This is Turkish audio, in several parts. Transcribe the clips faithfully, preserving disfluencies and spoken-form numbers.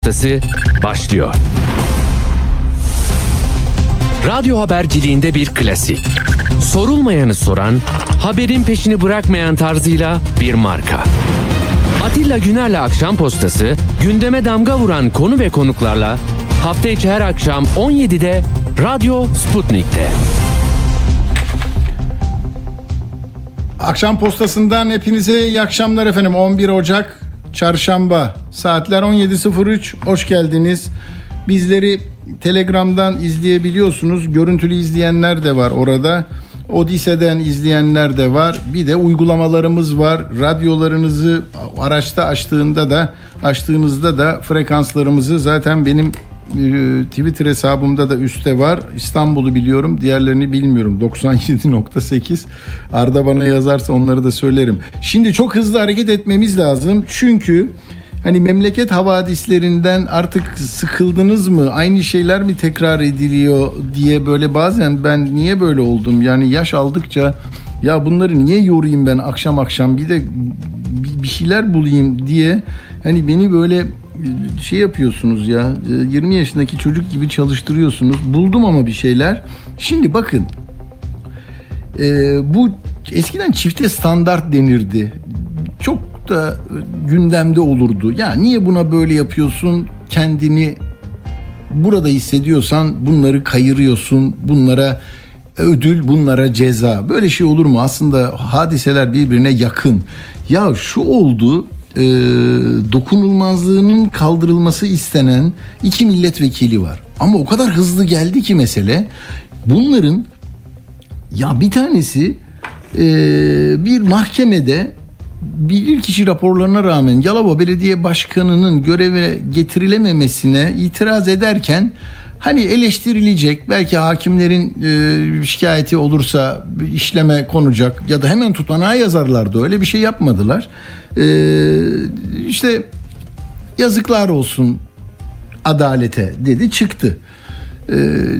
Postası başlıyor. Radyo haberciliğinde bir klasik. Sorulmayanı soran, haberin peşini bırakmayan tarzıyla bir marka. Atilla Güner'le Akşam Postası, gündeme damga vuran konu ve konuklarla hafta içi her akşam on yedide Radyo Sputnik'te. Akşam Postası'ndan hepinize iyi akşamlar efendim. on bir Ocak Çarşamba, saatler on yedi sıfır üç. Hoş geldiniz. Bizleri Telegram'dan izleyebiliyorsunuz. Görüntülü izleyenler de var orada. Odise'den izleyenler de var. Bir de uygulamalarımız var. Radyolarınızı araçta açtığında da açtığınızda da frekanslarımızı zaten benim e, Twitter hesabımda da üstte var. İstanbul'u biliyorum, diğerlerini bilmiyorum. doksan yedi nokta sekiz. Arda bana yazarsa onları da söylerim. Şimdi çok hızlı hareket etmemiz lazım. Çünkü hani memleket havadislerinden artık sıkıldınız mı? Aynı şeyler mi tekrar ediliyor diye böyle bazen ben niye böyle oldum? Yani yaş aldıkça ya bunları niye yorayım ben akşam akşam bir de bir şeyler bulayım diye hani beni böyle şey yapıyorsunuz ya, yirmi yaşındaki çocuk gibi çalıştırıyorsunuz. Buldum ama bir şeyler. Şimdi bakın, e, bu eskiden çifte standart denirdi. Çok da gündemde olurdu. Ya niye buna böyle yapıyorsun? Kendini burada hissediyorsan bunları kayırıyorsun. Bunlara ödül, bunlara ceza. Böyle şey olur mu? Aslında hadiseler birbirine yakın. Ya şu oldu, e, dokunulmazlığının kaldırılması istenen iki milletvekili var. Ama o kadar hızlı geldi ki mesele. Bunların ya bir tanesi e, bir mahkemede bilirkişi raporlarına rağmen Yalova Belediye Başkanı'nın göreve getirilememesine itiraz ederken hani eleştirilecek, belki hakimlerin e, şikayeti olursa işleme konacak ya da hemen tutanağa yazarlardı, öyle bir şey yapmadılar. E, işte yazıklar olsun adalete dedi, çıktı. E,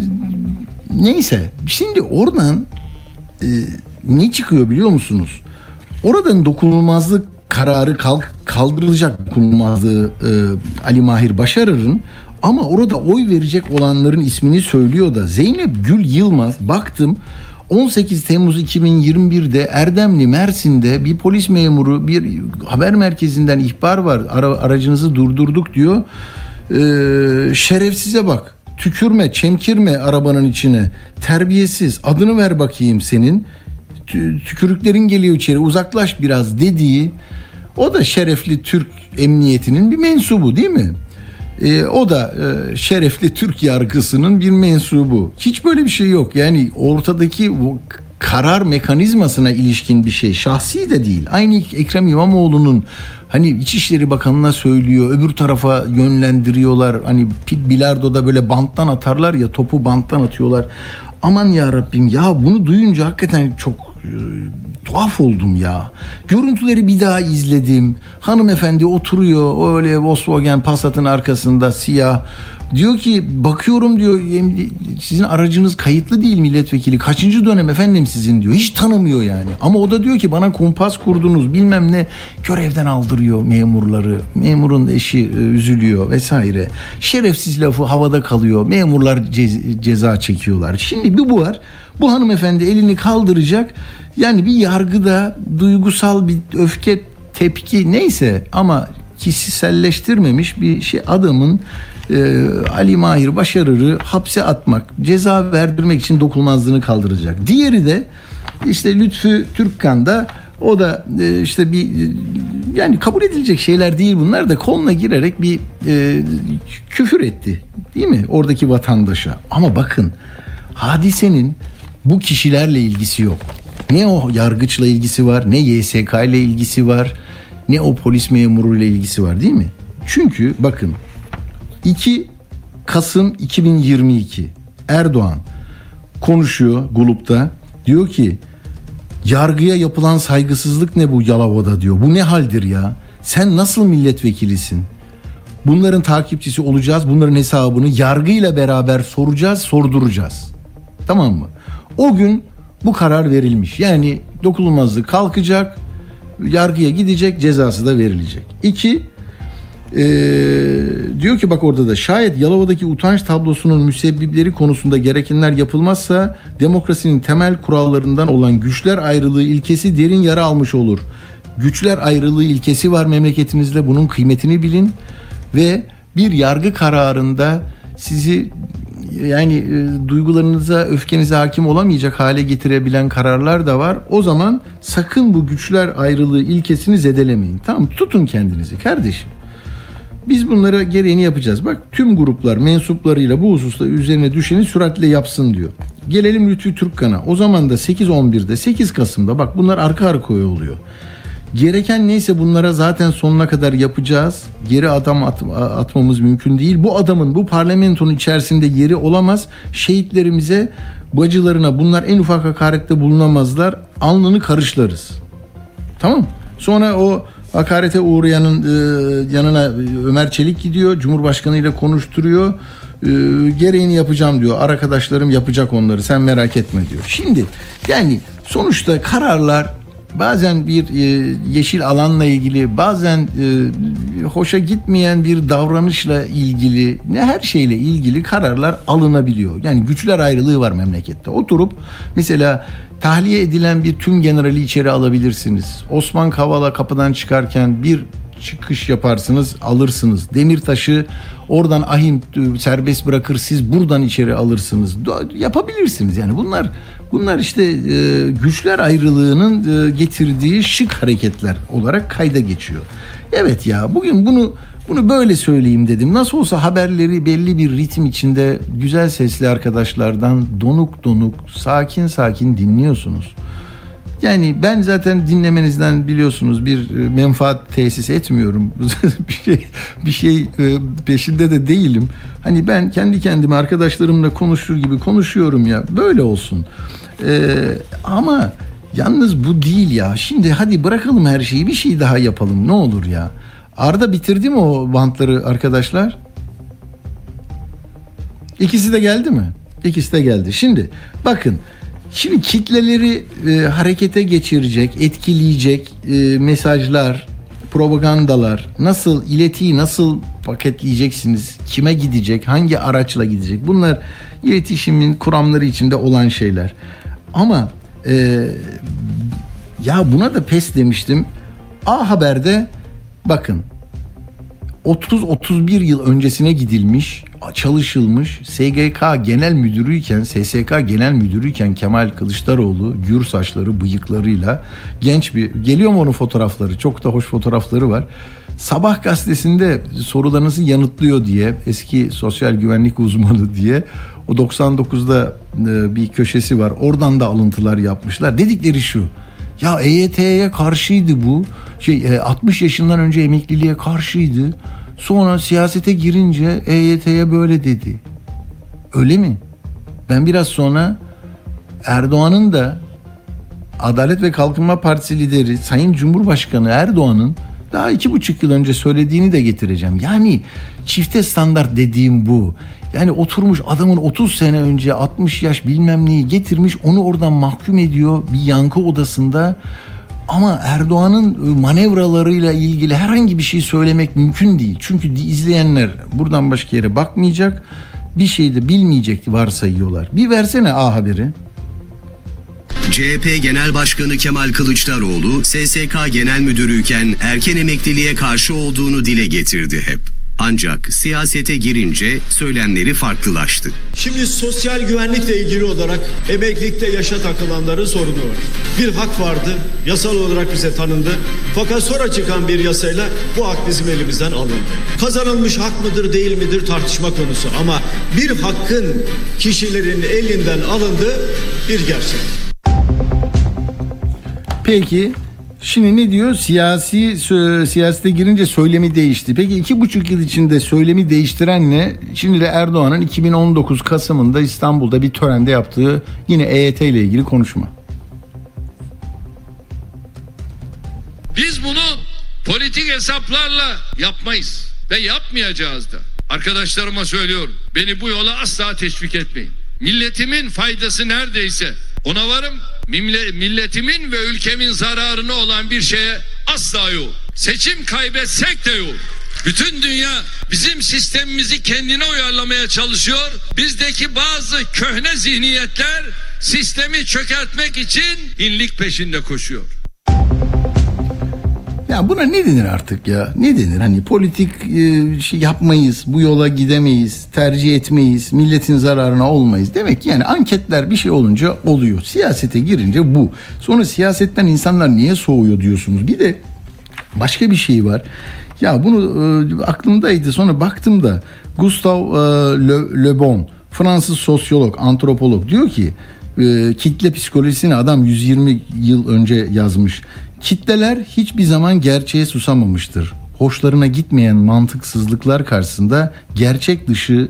neyse şimdi oradan e, ne çıkıyor biliyor musunuz? Oradan dokunulmazlık kararı kalk, kaldırılacak, dokunulmazlığı e, Ali Mahir Başarır'ın, ama orada oy verecek olanların ismini söylüyor da Zeynep Gül Yılmaz. Baktım on sekiz Temmuz iki bin yirmi birde Erdemli, Mersin'de bir polis memuru bir haber merkezinden ihbar var, Ara, aracınızı durdurduk diyor. Ee, şerefsize bak, tükürme çemkirme arabanın içine, terbiyesiz, adını ver bakayım senin, tükürüklerin geliyor içeri, uzaklaş biraz dediği, o da şerefli Türk emniyetinin bir mensubu değil mi? Ee, o da e, şerefli Türk yargısının bir mensubu. Hiç böyle bir şey yok. Yani ortadaki bu karar mekanizmasına ilişkin bir şey. Şahsi de değil. Aynı Ekrem İmamoğlu'nun hani İçişleri Bakanı'na söylüyor, öbür tarafa yönlendiriyorlar. Hani bilardoda böyle banttan atarlar ya, topu banttan atıyorlar. Aman ya Rabbim ya, bunu duyunca hakikaten çok e, tuhaf oldum ya. Görüntüleri bir daha izledim. Hanımefendi oturuyor öyle Volkswagen Passat'ın arkasında, siyah. Diyor ki bakıyorum diyor, sizin aracınız kayıtlı değil milletvekili. Kaçıncı dönem efendim sizin diyor. Hiç tanımıyor yani. Ama o da diyor ki bana kumpas kurdunuz bilmem ne. Görevden aldırıyor memurları. Memurun eşi e, üzülüyor vesaire. Şerefsiz lafı havada kalıyor. Memurlar ce- ceza çekiyorlar. Şimdi bir bu var. Bu hanımefendi elini kaldıracak. Yani bir yargıda duygusal bir öfke, tepki neyse ama kişiselleştirmemiş bir şey adamın e, Ali Mahir Başarır'ı hapse atmak, ceza verdirmek için dokunulmazlığını kaldıracak. Diğeri de işte Lütfü Türkkan da, o da e, işte bir e, yani kabul edilecek şeyler değil bunlar da, koluna girerek bir e, küfür etti değil mi oradaki vatandaşa. Ama bakın, hadisenin bu kişilerle ilgisi yok. Ne o yargıçla ilgisi var, ne Y S K ile ilgisi var, ne o polis memuruyla ilgisi var değil mi? Çünkü bakın, iki Kasım iki bin yirmi iki Erdoğan konuşuyor Gulup'ta, diyor ki yargıya yapılan saygısızlık ne bu Yalova'da diyor. Bu ne haldir ya? Sen nasıl milletvekilisin? Bunların takipçisi olacağız, bunların hesabını yargıyla beraber soracağız, sorduracağız. Tamam mı? O gün bu karar verilmiş. Yani dokunulmazlık kalkacak, yargıya gidecek, cezası da verilecek. İki, Ee, diyor ki bak orada da şayet Yalova'daki utanç tablosunun müsebbipleri konusunda gerekenler yapılmazsa demokrasinin temel kurallarından olan güçler ayrılığı ilkesi derin yara almış olur. Güçler ayrılığı ilkesi var memleketimizde, bunun kıymetini bilin ve bir yargı kararında sizi yani e, duygularınıza, öfkenize hakim olamayacak hale getirebilen kararlar da var. O zaman sakın bu güçler ayrılığı ilkesini zedelemeyin. Tamam, tutun kendinizi kardeşim. Biz bunlara gereğini yapacağız. Bak tüm gruplar mensuplarıyla bu hususta üzerine düşeni süratle yapsın diyor. Gelelim Lütfü Türkkan'a. O zaman da sekiz on birde, sekiz Kasım'da bak bunlar arka arkaya oluyor. Gereken neyse bunlara zaten sonuna kadar yapacağız. Geri adım at, atmamız mümkün değil. Bu adamın bu parlamentonun içerisinde yeri olamaz. Şehitlerimize, bacılarına bunlar en ufak hakarette bulunamazlar. Alnını karışlarız. Tamam. Sonra o hakarete uğrayanın e, yanına Ömer Çelik gidiyor. Cumhurbaşkanı ile konuşturuyor. E, gereğini yapacağım diyor. Arkadaşlarım yapacak onları. Sen merak etme diyor. Şimdi yani sonuçta kararlar bazen bir e, yeşil alanla ilgili, bazen e, hoşa gitmeyen bir davranışla ilgili, ne her şeyle ilgili kararlar alınabiliyor. Yani güçler ayrılığı var memlekette. Oturup mesela tahliye edilen bir tüm generali içeri alabilirsiniz. Osman Kavala kapıdan çıkarken bir çıkış yaparsınız, alırsınız. Demirtaş'ı oradan ahim serbest bırakır, siz buradan içeri alırsınız. Yapabilirsiniz yani bunlar bunlar işte e, güçler ayrılığının e, getirdiği şık hareketler olarak kayda geçiyor. Evet ya, bugün bunu bunu böyle söyleyeyim dedim. Nasıl olsa haberleri belli bir ritim içinde güzel sesli arkadaşlardan donuk donuk, sakin sakin dinliyorsunuz. Yani ben zaten dinlemenizden biliyorsunuz bir menfaat tesis etmiyorum. bir şey bir şey peşinde de değilim. Hani ben kendi kendime arkadaşlarımla konuşur gibi konuşuyorum ya. Böyle olsun. Ee, ama yalnız bu değil ya. Şimdi hadi bırakalım her şeyi, bir şey daha yapalım ne olur ya. Arda bitirdi mi o bantları arkadaşlar? İkisi de geldi mi? İkisi de geldi. Şimdi bakın. Şimdi kitleleri e, harekete geçirecek, etkileyecek e, mesajlar, propagandalar, nasıl iletiyi nasıl paketleyeceksiniz, kime gidecek, hangi araçla gidecek, bunlar iletişimin kuramları içinde olan şeyler. Ama e, ya buna da pes demiştim. A Haber'de bakın otuz otuz bir yıl öncesine gidilmiş, çalışılmış. S G K Genel Müdürüyken, S S K Genel Müdürüyken Kemal Kılıçdaroğlu gür saçları, bıyıklarıyla genç bir, geliyor mu onun fotoğrafları? Çok da hoş fotoğrafları var. Sabah gazetesinde sorularınızı yanıtlıyor diye, eski sosyal güvenlik uzmanı diye, o doksan dokuzda bir köşesi var. Oradan da alıntılar yapmışlar. Dedikleri şu: ya E Y T'ye karşıydı bu. Şey altmış yaşından önce emekliliğe karşıydı. Sonra siyasete girince E Y T'ye böyle dedi. Öyle mi? Ben biraz sonra Erdoğan'ın da Adalet ve Kalkınma Partisi lideri Sayın Cumhurbaşkanı Erdoğan'ın daha iki buçuk yıl önce söylediğini de getireceğim. Yani çifte standart dediğim bu. Yani oturmuş adamın otuz sene önce altmış yaş bilmem neyi getirmiş, onu oradan mahkum ediyor bir yankı odasında. Ama Erdoğan'ın manevralarıyla ilgili herhangi bir şey söylemek mümkün değil. Çünkü izleyenler buradan başka yere bakmayacak, bir şey de bilmeyecek varsayıyorlar. Bir versene A Haber'i. C H P Genel Başkanı Kemal Kılıçdaroğlu, S S K Genel Müdürüyken erken emekliliğe karşı olduğunu dile getirdi hep. Ancak siyasete girince söylemleri farklılaştı. Şimdi sosyal güvenlikle ilgili olarak emeklilikte yaşa takılanların sorunu var. Bir hak vardı, yasal olarak bize tanındı. Fakat sonra çıkan bir yasayla bu hak bizim elimizden alındı. Kazanılmış hak mıdır değil midir tartışma konusu. Ama bir hakkın kişilerin elinden alındığı bir gerçek. Peki şimdi ne diyor? Siyasi sö- siyasete girince söylemi değişti. Peki iki buçuk yıl içinde söylemi değiştiren ne? Şimdi de Erdoğan'ın iki bin on dokuz Kasım'ında İstanbul'da bir törende yaptığı yine E Y T ile ilgili konuşma. Biz bunu politik hesaplarla yapmayız ve yapmayacağız da. Arkadaşlarıma söylüyorum, beni bu yola asla teşvik etmeyin. Milletimin faydası neredeyse ona varım. Milletimin ve ülkemin zararına olan bir şeye asla yok. Seçim kaybetsek de yok. Bütün dünya bizim sistemimizi kendine uyarlamaya çalışıyor. Bizdeki bazı köhne zihniyetler sistemi çökertmek için hinlik peşinde koşuyor. Ya buna ne denir artık ya? Ne denir? Hani politik e, şey yapmayız, bu yola gidemeyiz, tercih etmeyiz, milletin zararına olmayız. Demek ki yani anketler bir şey olunca oluyor. Siyasete girince bu. Sonra siyasetten insanlar niye soğuyor diyorsunuz. Bir de başka bir şey var. Ya bunu e, aklımdaydı, sonra baktım da Gustave e, Le, Le Bon, Fransız sosyolog, antropolog diyor ki e, kitle psikolojisini adam yüz yirmi yıl önce yazmış. Kitleler hiçbir zaman gerçeğe susamamıştır. Hoşlarına gitmeyen mantıksızlıklar karşısında gerçek dışı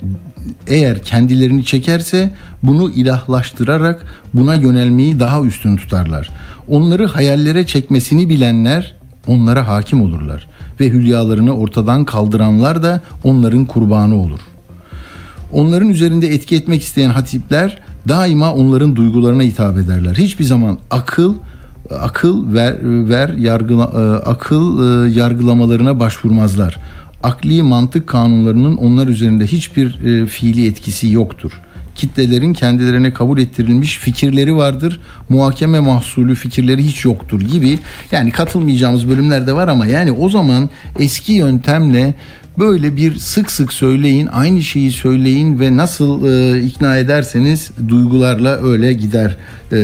eğer kendilerini çekerse bunu ilahlaştırarak buna yönelmeyi daha üstün tutarlar. Onları hayallere çekmesini bilenler onlara hakim olurlar ve hülyalarını ortadan kaldıranlar da onların kurbanı olur. Onların üzerinde etki etmek isteyen hatipler daima onların duygularına hitap ederler. Hiçbir zaman akıl akıl ver, ver yargıla, akıl yargılamalarına başvurmazlar. Akli mantık kanunlarının onlar üzerinde hiçbir e, fiili etkisi yoktur. Kitlelerin kendilerine kabul ettirilmiş fikirleri vardır. Muhakeme mahsulü fikirleri hiç yoktur gibi. Yani katılmayacağımız bölümler de var ama yani o zaman eski yöntemle böyle bir sık sık söyleyin, aynı şeyi söyleyin ve nasıl e, ikna ederseniz duygularla öyle gider e,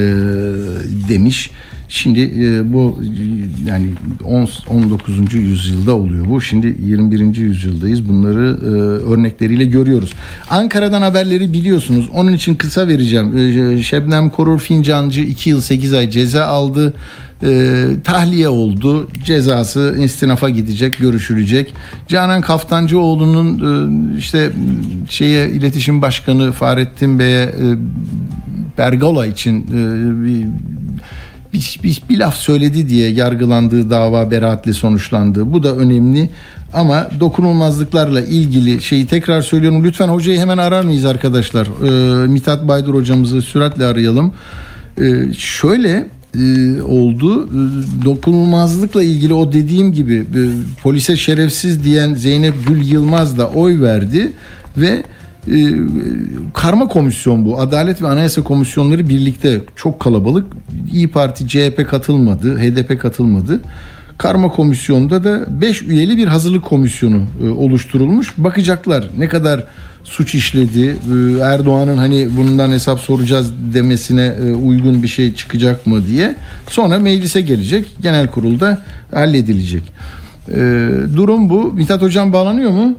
demiş. Şimdi e, bu yani on dokuzuncu yüzyılda oluyor bu. Şimdi yirmi birinci yüzyıldayız. Bunları e, örnekleriyle görüyoruz. Ankara'dan haberleri biliyorsunuz. Onun için kısa vereceğim. E, Şebnem Korur Fincancı iki yıl sekiz ay ceza aldı. E, tahliye oldu. Cezası istinafa gidecek, görüşülecek. Canan Kaftancıoğlu'nun e, işte şeye iletişim başkanı Fahrettin Bey'e e, Pergola için e, bir Bir, bir, bir laf söyledi diye yargılandığı dava beraatle sonuçlandı. Bu da önemli ama dokunulmazlıklarla ilgili şeyi tekrar söylüyorum. Lütfen hocayı hemen arar mıyız arkadaşlar? Ee, Mithat Baydur hocamızı süratle arayalım. Ee, şöyle e, oldu. E, dokunulmazlıkla ilgili o dediğim gibi e, polise şerefsiz diyen Zeynep Gül Yılmaz da oy verdi ve Ee, karma komisyon bu. Adalet ve Anayasa Komisyonları birlikte çok kalabalık. İYİ Parti, C H P katılmadı, H D P katılmadı. Karma komisyonda da beş üyeli bir hazırlık komisyonu e, oluşturulmuş. Bakacaklar ne kadar suç işledi. E, Erdoğan'ın hani bundan hesap soracağız demesine e, uygun bir şey çıkacak mı diye. Sonra meclise gelecek. Genel kurulda halledilecek. E, durum bu. Mithat Hocam bağlanıyor mu?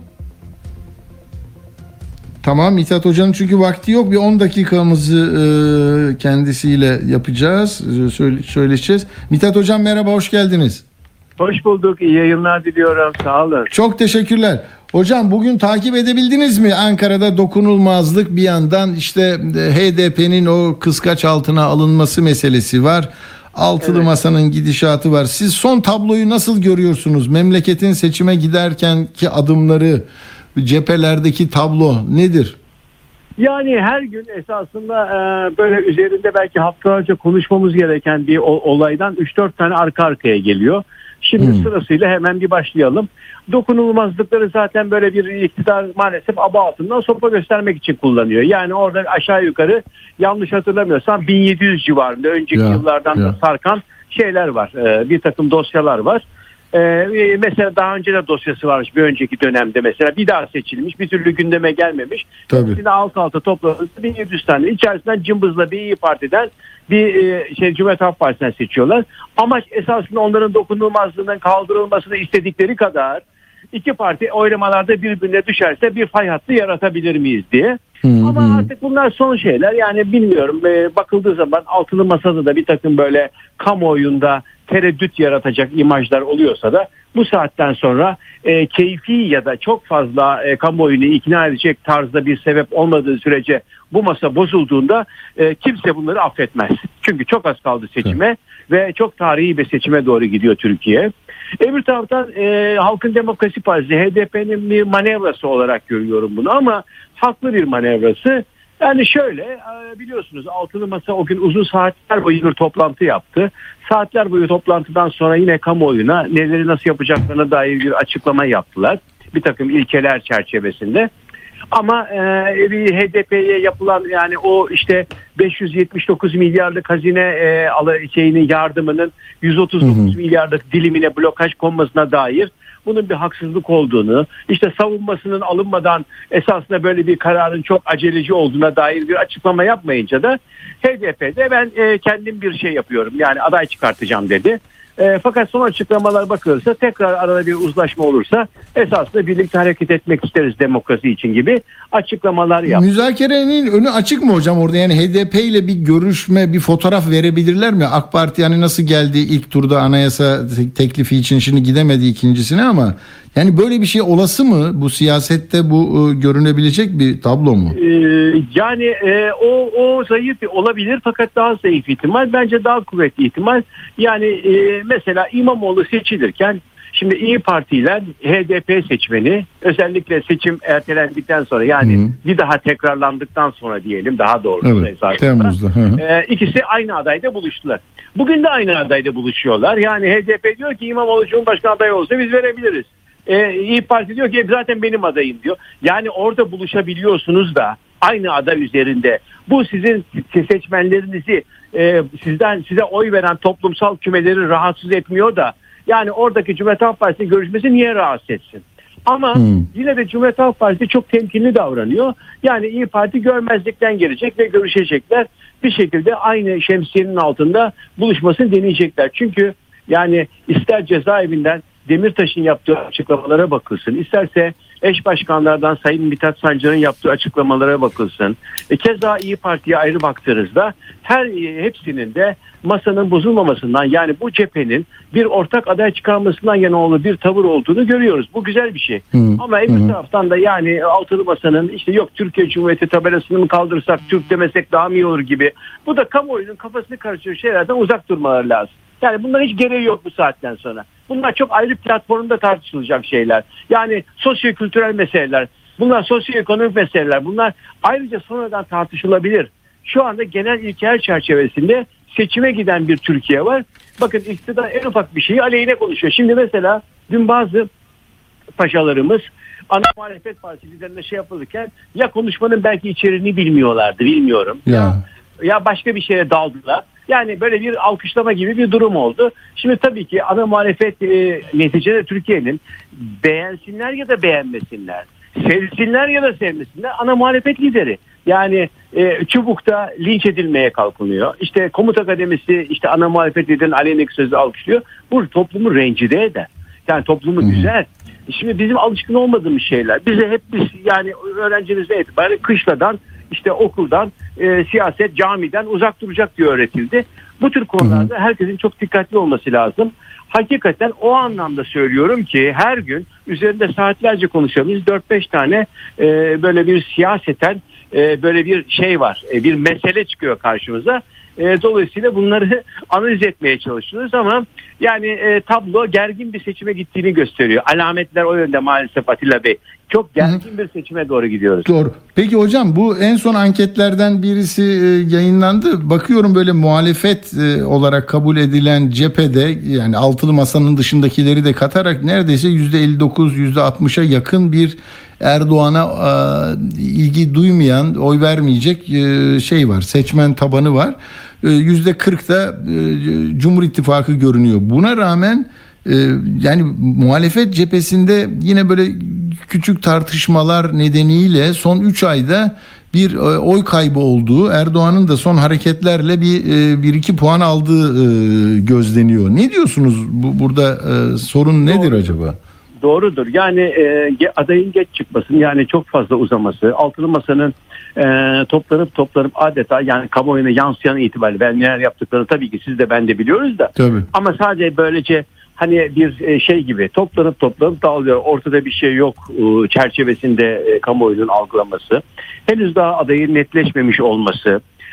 Tamam, Mithat Hoca'nın çünkü vakti yok. Bir on dakikamızı e, kendisiyle yapacağız. E, söyle, söyleşeceğiz. Mithat Hocam merhaba, hoş geldiniz. Hoş bulduk. İyi yayınlar diliyorum. Sağ olun. Çok teşekkürler. Hocam bugün takip edebildiniz mi? Ankara'da dokunulmazlık, bir yandan işte H D P'nin o kıskaç altına alınması meselesi var. Altılı evet. Masanın gidişatı var. Siz son tabloyu nasıl görüyorsunuz? Memleketin seçime giderkenki adımları, cephelerdeki tablo nedir? Yani her gün esasında e, böyle üzerinde belki haftalarca konuşmamız gereken bir o, olaydan üç dört tane arka arkaya geliyor. Şimdi hmm. sırasıyla hemen bir başlayalım. Dokunulmazlıkları zaten böyle bir iktidar maalesef aba altından sopa göstermek için kullanıyor. Yani orada aşağı yukarı yanlış hatırlamıyorsam bin yedi yüz civarında önceki ya, yıllardan ya. da sarkan şeyler var. E, bir takım dosyalar var. Ee, mesela daha önce de dosyası varmış bir önceki dönemde, mesela bir daha seçilmiş, bir türlü gündeme gelmemiş. Hepsini alt alta topladığı bin yedi yüz tane içerisinden cımbızla bir İYİ Parti'den bir e, şey Cumhuriyet Halk Partisi'nden seçiyorlar. Amaç esasında onların dokunulmazlığının kaldırılmasını istedikleri kadar iki parti oylamalarda birbirine düşerse bir fay hattı yaratabilir miyiz diye. Hmm. Ama artık bunlar son şeyler, yani bilmiyorum, e, bakıldığı zaman altılı masada da bir takım böyle kamuoyunda tereddüt yaratacak imajlar oluyorsa da bu saatten sonra e, keyfi ya da çok fazla e, kamuoyunu ikna edecek tarzda bir sebep olmadığı sürece bu masa bozulduğunda e, kimse bunları affetmez. Çünkü çok az kaldı seçime evet. ve çok tarihi bir seçime doğru gidiyor Türkiye. Öbür taraftan e, Halkın Demokrasi Partisi, H D P'nin bir manevrası olarak görüyorum bunu, ama haklı bir manevrası. Yani şöyle biliyorsunuz Altılı Masa o gün uzun saatler boyu bir toplantı yaptı. Saatler boyu toplantıdan sonra yine kamuoyuna neleri nasıl yapacaklarına dair bir açıklama yaptılar. Bir takım ilkeler çerçevesinde. Ama e, bir H D P'ye yapılan yani o işte beş yüz yetmiş dokuz milyarlık hazine e, şeyinin yardımının yüz otuz dokuz hı hı. milyarlık dilimine blokaj konmasına dair bunun bir haksızlık olduğunu, işte savunmasının alınmadan esasında böyle bir kararın çok aceleci olduğuna dair bir açıklama yapmayınca da H D P'de ben e, kendim bir şey yapıyorum yani aday çıkartacağım dedi. E, fakat son açıklamalar bakılırsa tekrar arada bir uzlaşma olursa esasında birlikte hareket etmek isteriz demokrasi için gibi açıklamalar yaptı. Müzakerenin önü açık mı hocam orada? Yani H D P ile bir görüşme, bir fotoğraf verebilirler mi? AK Parti yani nasıl geldi ilk turda anayasa teklifi için, şimdi gidemedi ikincisine ama yani böyle bir şey olası mı? Bu siyasette bu e, görünebilecek bir tablo mu? Ee, yani e, o o zayıf olabilir fakat daha zayıf ihtimal. Bence daha kuvvetli ihtimal. Yani e, mesela İmamoğlu seçilirken şimdi İyi Parti ile H D P seçmeni özellikle seçim ertelendikten sonra yani hı hı. bir daha tekrarlandıktan sonra diyelim daha doğrusu. Evet, Temmuz'da. E, ikisi aynı adayda buluştular. Bugün de aynı adayda buluşuyorlar. Yani H D P diyor ki İmamoğlu Cumhurbaşkanı adayı olsa biz verebiliriz. Ee, İyi Parti diyor ki zaten benim adayım diyor. Yani orada buluşabiliyorsunuz da aynı aday üzerinde. Bu sizin seçmenlerinizi e, sizden size oy veren toplumsal kümeleri rahatsız etmiyor da yani oradaki Cumhuriyet Halk Partisi'nin görüşmesi niye rahatsız etsin? Ama hmm. yine de Cumhuriyet Halk Partisi çok temkinli davranıyor. Yani İyi Parti görmezlikten gelecek ve görüşecekler. Bir şekilde aynı şemsiyenin altında buluşmasını deneyecekler. Çünkü yani ister cezaevinden Demirtaş'ın yaptığı açıklamalara bakılsın. İsterse eş başkanlardan Sayın Mithat Sancar'ın yaptığı açıklamalara bakılsın. E, keza İyi Parti'ye ayrı baktığınızda her hepsinin de masanın bozulmamasından yani bu cephenin bir ortak aday çıkarmasından yana olduğu bir tavır olduğunu görüyoruz. Bu güzel bir şey. Hı. Ama öbür Hı. taraftan da yani Altılı Masa'nın işte yok Türkiye Cumhuriyeti tabelasını mı kaldırsak Türk demesek daha mı iyi olur gibi. Bu da kamuoyunun kafasını karıştırıcı şeylerden uzak durmaları lazım. Yani bunların hiç gereği yok bu saatten sonra. Bunlar çok ayrı platformda tartışılacak şeyler. Yani sosyo-kültürel meseleler, bunlar sosyo-ekonomik meseleler. Bunlar ayrıca sonradan tartışılabilir. Şu anda genel ilkeler çerçevesinde seçime giden bir Türkiye var. Bakın iktidar en ufak bir şeyi aleyhine konuşuyor. Şimdi mesela dün bazı paşalarımız ana muhalefet partisi liderine şey yapılırken ya konuşmanın belki içeriğini bilmiyorlardı, bilmiyorum. Ya, ya başka bir şeye daldılar. Yani böyle bir alkışlama gibi bir durum oldu. Şimdi tabii ki ana muhalefet e, neticede Türkiye'nin beğensinler ya da beğenmesinler, sevsinler ya da sevmesinler ana muhalefet lideri. Yani e, Çubuk'ta linç edilmeye kalkınıyor. İşte Komut Akademisi işte ana muhalefet liderinin aleyhindeki sözü alkışlıyor. Bu toplumu rencide eder. Yani toplumu hmm. güzel. Şimdi bizim alışkın olmadığımız şeyler. Bize hep biz yani öğrencimizle itibaren kışladan işte okuldan, e, siyaset, camiden uzak duracak diye öğretildi. Bu tür konularda herkesin çok dikkatli olması lazım. Hakikaten o anlamda söylüyorum ki her gün üzerinde saatlerce konuşabileceğimiz dört beş tane e, böyle bir siyaseten e, böyle bir şey var. E, bir mesele çıkıyor karşımıza. E, dolayısıyla bunları analiz etmeye çalışıyoruz ama yani e, tablo gergin bir seçime gittiğini gösteriyor. Alametler o yönde maalesef Atilla Bey. Çok gergin Hı-hı. bir seçime doğru gidiyoruz. Doğru. Peki hocam bu en son anketlerden birisi e, yayınlandı. Bakıyorum böyle muhalefet e, olarak kabul edilen cephede yani Altılı Masa'nın dışındakileri de katarak neredeyse yüzde elli dokuz yüzde altmışa yakın bir Erdoğan'a e, ilgi duymayan, oy vermeyecek e, şey var. Seçmen tabanı var. E, yüzde kırk da e, Cumhur İttifakı görünüyor. Buna rağmen e, yani muhalefet cephesinde yine böyle küçük tartışmalar nedeniyle son üç ayda bir oy kaybı olduğu, Erdoğan'ın da son hareketlerle bir bir iki puan aldığı gözleniyor. Ne diyorsunuz bu burada sorun nedir Doğru. acaba? Doğrudur. Yani e, adayın geç çıkmasının yani çok fazla uzaması, Altılı Masa'nın e, toplanıp toplanıp adeta yani kamuoyuna yansıyan itibariyle ben neler yaptıklarını tabii ki siz de ben de biliyoruz da. Tabii. Ama sadece böylece hani bir şey gibi toplanıp toplanıp dağılıyor. Ortada bir şey yok çerçevesinde kamuoyunun algılaması. Henüz daha adayın netleşmemiş olması.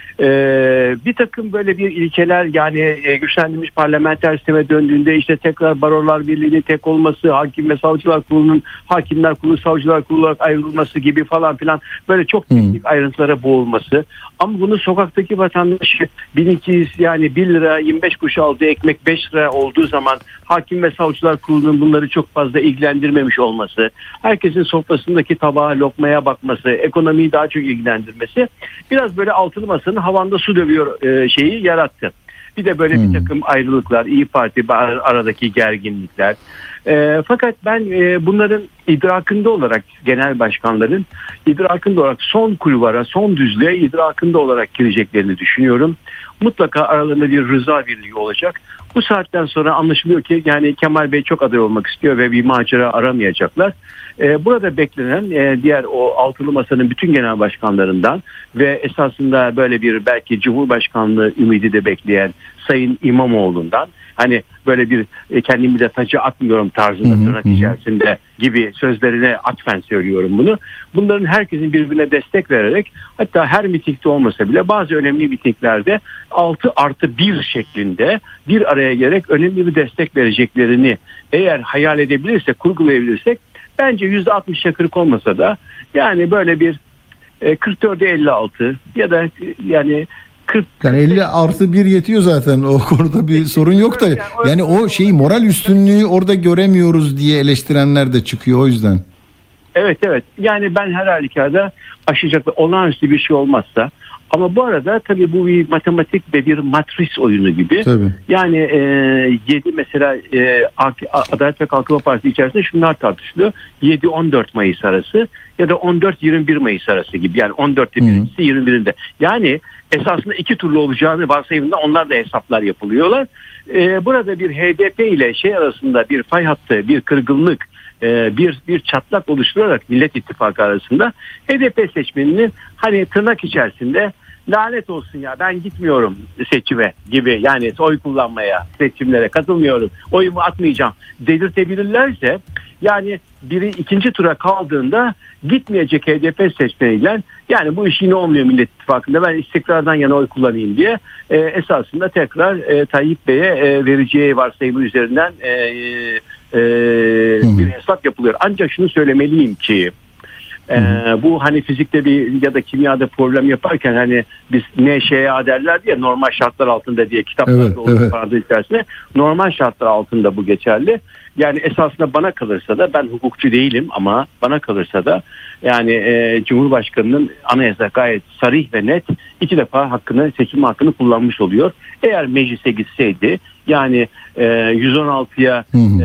Ee, bir takım böyle bir ilkeler, yani e, güçlendirilmiş parlamenter sisteme döndüğünde işte tekrar Barolar Birliği'nin tek olması, hakim ve savcılar kurulunun hakimler kurulu, savcılar kurulu olarak ayrılması gibi falan filan, böyle çok teknik ayrıntılara boğulması. Ama bunu sokaktaki vatandaşı bin iki yüz yani bir lira yirmi beş kuruş aldığı ekmek beş lira olduğu zaman hakim ve savcılar kurulunun bunları çok fazla ilgilendirmemiş olması, herkesin sofrasındaki tabağa, lokmaya bakması, ekonomiyi daha çok ilgilendirmesi biraz böyle altılı masanın havanda su dövüyor e, şeyi yarattı. Bir de böyle hmm. bir takım ayrılıklar, İYİ Parti aradaki gerginlikler. E, fakat ben e, bunların idrakında olarak, genel başkanların idrakında olarak son kulvara, son düzlüğe idrakında olarak gireceklerini düşünüyorum. Mutlaka aralarında bir rıza birliği olacak. Bu saatten sonra anlaşılıyor ki yani Kemal Bey çok aday olmak istiyor ve bir macera aramayacaklar. Ee, burada beklenen e, diğer o altılı masanın bütün genel başkanlarından ve esasında böyle bir belki Cumhurbaşkanlığı ümidi de bekleyen Sayın İmamoğlu'ndan, hani böyle bir e, kendimi de tacı atmıyorum tarzında tırnak içerisinde gibi sözlerine atfen söylüyorum bunu. Bunların herkesin birbirine destek vererek, hatta her mitingde olmasa bile bazı önemli mitinglerde altı artı bir şeklinde bir araya gelerek önemli bir destek vereceklerini eğer hayal edebilirsek, kurgulayabilirsek, bence yüzde altmışa kırk olmasa da yani böyle bir kırk dörde elli altı ya da yani kırk yani elli artı bir yetiyor zaten, o konuda bir sorun yok da yani o şeyi, moral üstünlüğü orada göremiyoruz diye eleştirenler de çıkıyor o yüzden. Evet evet yani ben her halükarda aşacak ve olağanüstü bir şey olmazsa, ama bu arada tabii bu bir matematik ve bir matris oyunu gibi. Tabii. Yani e, yedi mesela e, Adalet ve Kalkınma Partisi içerisinde şunlar tartışılıyor. yedi on dört Mayıs arası ya da on dört yirmi bir Mayıs arası gibi. Yani on dörtte birincisi, yirmi birinde. Yani esasında iki turlu olacağını varsayımında onlar da hesaplar yapılıyorlar. E, burada bir H D P ile şey arasında bir fay hattı, bir kırgınlık, bir bir çatlak oluşturarak Millet İttifakı arasında H D P seçmeninin hani tırnak içerisinde lanet olsun ya ben gitmiyorum seçime gibi, yani oy kullanmaya, seçimlere katılmıyorum, oyumu atmayacağım dedirtebilirlerse, yani biri ikinci tura kaldığında gitmeyecek H D P seçmeniyle, yani bu iş yine olmuyor Millet İttifakı'nda, ben istikrardan yana oy kullanayım diye e, esasında tekrar e, Tayyip Bey'e e, vereceği varsayımı üzerinden e, e, bir hesap yapılıyor. Ancak şunu söylemeliyim ki Ee, bu hani fizikte bir ya da kimyada problem yaparken hani biz N Ş A derler diye, normal şartlar altında diye kitaplarda evet, olduğu evet. parantez içerisinde normal şartlar altında bu geçerli. Yani esasında bana kalırsa da, ben hukukçu değilim ama bana kalırsa da yani e, Cumhurbaşkanı'nın anayasa gayet sarih ve net iki defa hakkını, seçim hakkını kullanmış oluyor. Eğer meclise gitseydi, yani e, yüz on altıya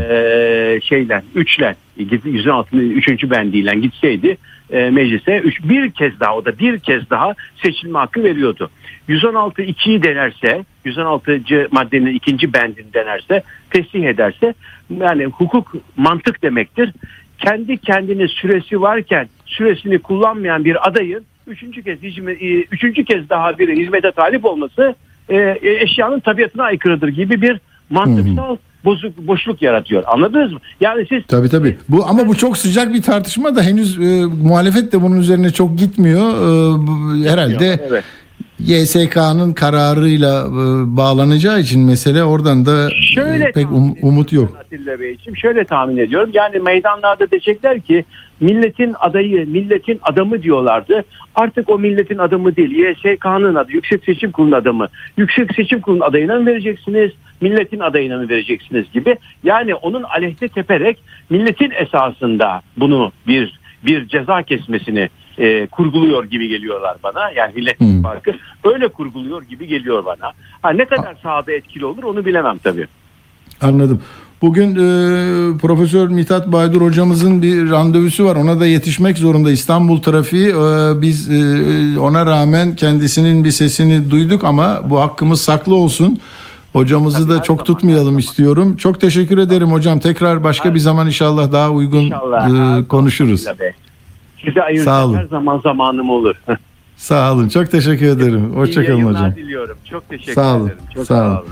e, şeyle üçle yüz on altının üçüncü bendiyle gitseydi e, meclise üç, bir kez daha, o da bir kez daha seçilme hakkı veriyordu. yüz on altı ikiyi denerse, yüz on altıncı maddenin ikinci bendini denerse, tesih ederse, yani hukuk mantık demektir. Kendi kendine süresi varken süresini kullanmayan bir adayın üçüncü kez üçüncü kez daha bir hizmete talip olması e, eşyanın tabiatına aykırıdır gibi bir mantıksal bozuk boşluk yaratıyor. Anladınız mı? Yani siz tabii tabii. Bu ama bu çok sıcak bir tartışma da henüz e, muhalefet de bunun üzerine çok gitmiyor. E, herhalde evet. Y S K'nın kararıyla e, bağlanacağı için mesele, oradan da e, pek um, umut yok. Atilla Beyciğim, şöyle tahmin ediyorum. Yani meydanlarda diyecekler ki milletin adayı, milletin adamı diyorlardı. Artık o milletin adamı değil, Y S K'nın adı, Yüksek Seçim Kurulu'nun adamı. Yüksek Seçim Kurulu'nun adayına mı vereceksiniz, milletin adayına mı vereceksiniz gibi. Yani onun aleyhte teperek milletin esasında bunu bir bir ceza kesmesini e, kurguluyor gibi geliyorlar bana. Yani Millet İttifakı hmm. öyle kurguluyor gibi geliyor bana. Ha, ne kadar sahada etkili olur onu bilemem tabii. Anladım. Bugün e, Profesör Mithat Baydur hocamızın bir randevusu var. Ona da yetişmek zorunda. İstanbul trafiği. E, biz e, ona rağmen kendisinin bir sesini duyduk ama bu hakkımız saklı olsun. Hocamızı Tabii da çok zaman, tutmayalım istiyorum. Çok teşekkür ederim hocam. Tekrar başka bir zaman inşallah daha uygun inşallah, e, konuşuruz. Size ayıracak her zaman zamanım olur. Sağ olun. Çok teşekkür ederim. Hoşçakalın hocam. Diliyorum. Çok teşekkür sağ olun. ederim. Çok sağ, sağ olun. olun.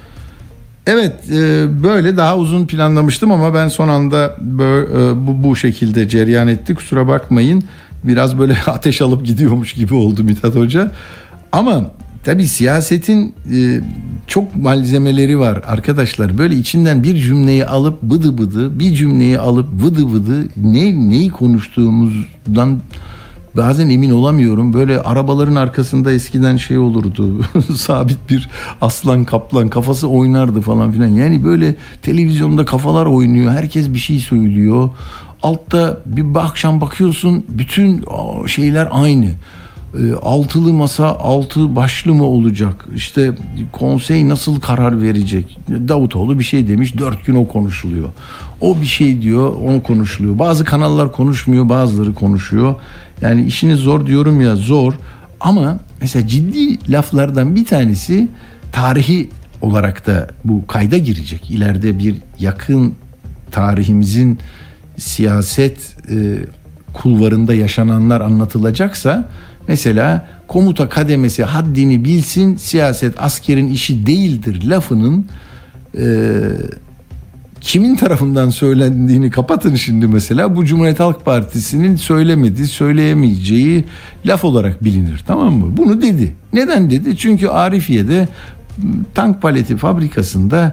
Evet, e, böyle daha uzun planlamıştım ama ben son anda böyle, e, bu, bu şekilde cereyan etti. Kusura bakmayın. Biraz böyle ateş alıp gidiyormuş gibi oldu Mithat Hoca. Ama tabii siyasetin e, çok malzemeleri var arkadaşlar. Böyle içinden bir cümleyi alıp bıdı bıdı, bir cümleyi alıp vıdı vıdı ne neyi konuştuğumuzdan bazen emin olamıyorum. Böyle arabaların arkasında eskiden şey olurdu. Sabit bir aslan kaplan kafası oynardı falan filan. Yani böyle televizyonda kafalar oynuyor. Herkes bir şey söylüyor. Altta bir akşam bakıyorsun bütün şeyler aynı. Altılı masa altı başlı mı olacak? İşte konsey nasıl karar verecek? Davutoğlu bir şey demiş, dört gün o konuşuluyor. O bir şey diyor, onu konuşuluyor. Bazı kanallar konuşmuyor, bazıları konuşuyor. Yani işiniz zor diyorum ya, zor. Ama mesela ciddi laflardan bir tanesi tarihi olarak da bu kayda girecek. İleride bir yakın tarihimizin siyaset e, kulvarında yaşananlar anlatılacaksa, mesela komuta kademesi haddini bilsin, siyaset askerin işi değildir lafının e, kimin tarafından söylendiğini kapatın şimdi mesela. Bu Cumhuriyet Halk Partisi'nin söylemediği, söyleyemeyeceği laf olarak bilinir, tamam mı? Bunu dedi. Neden dedi? Çünkü Arifiye'de tank paleti fabrikasında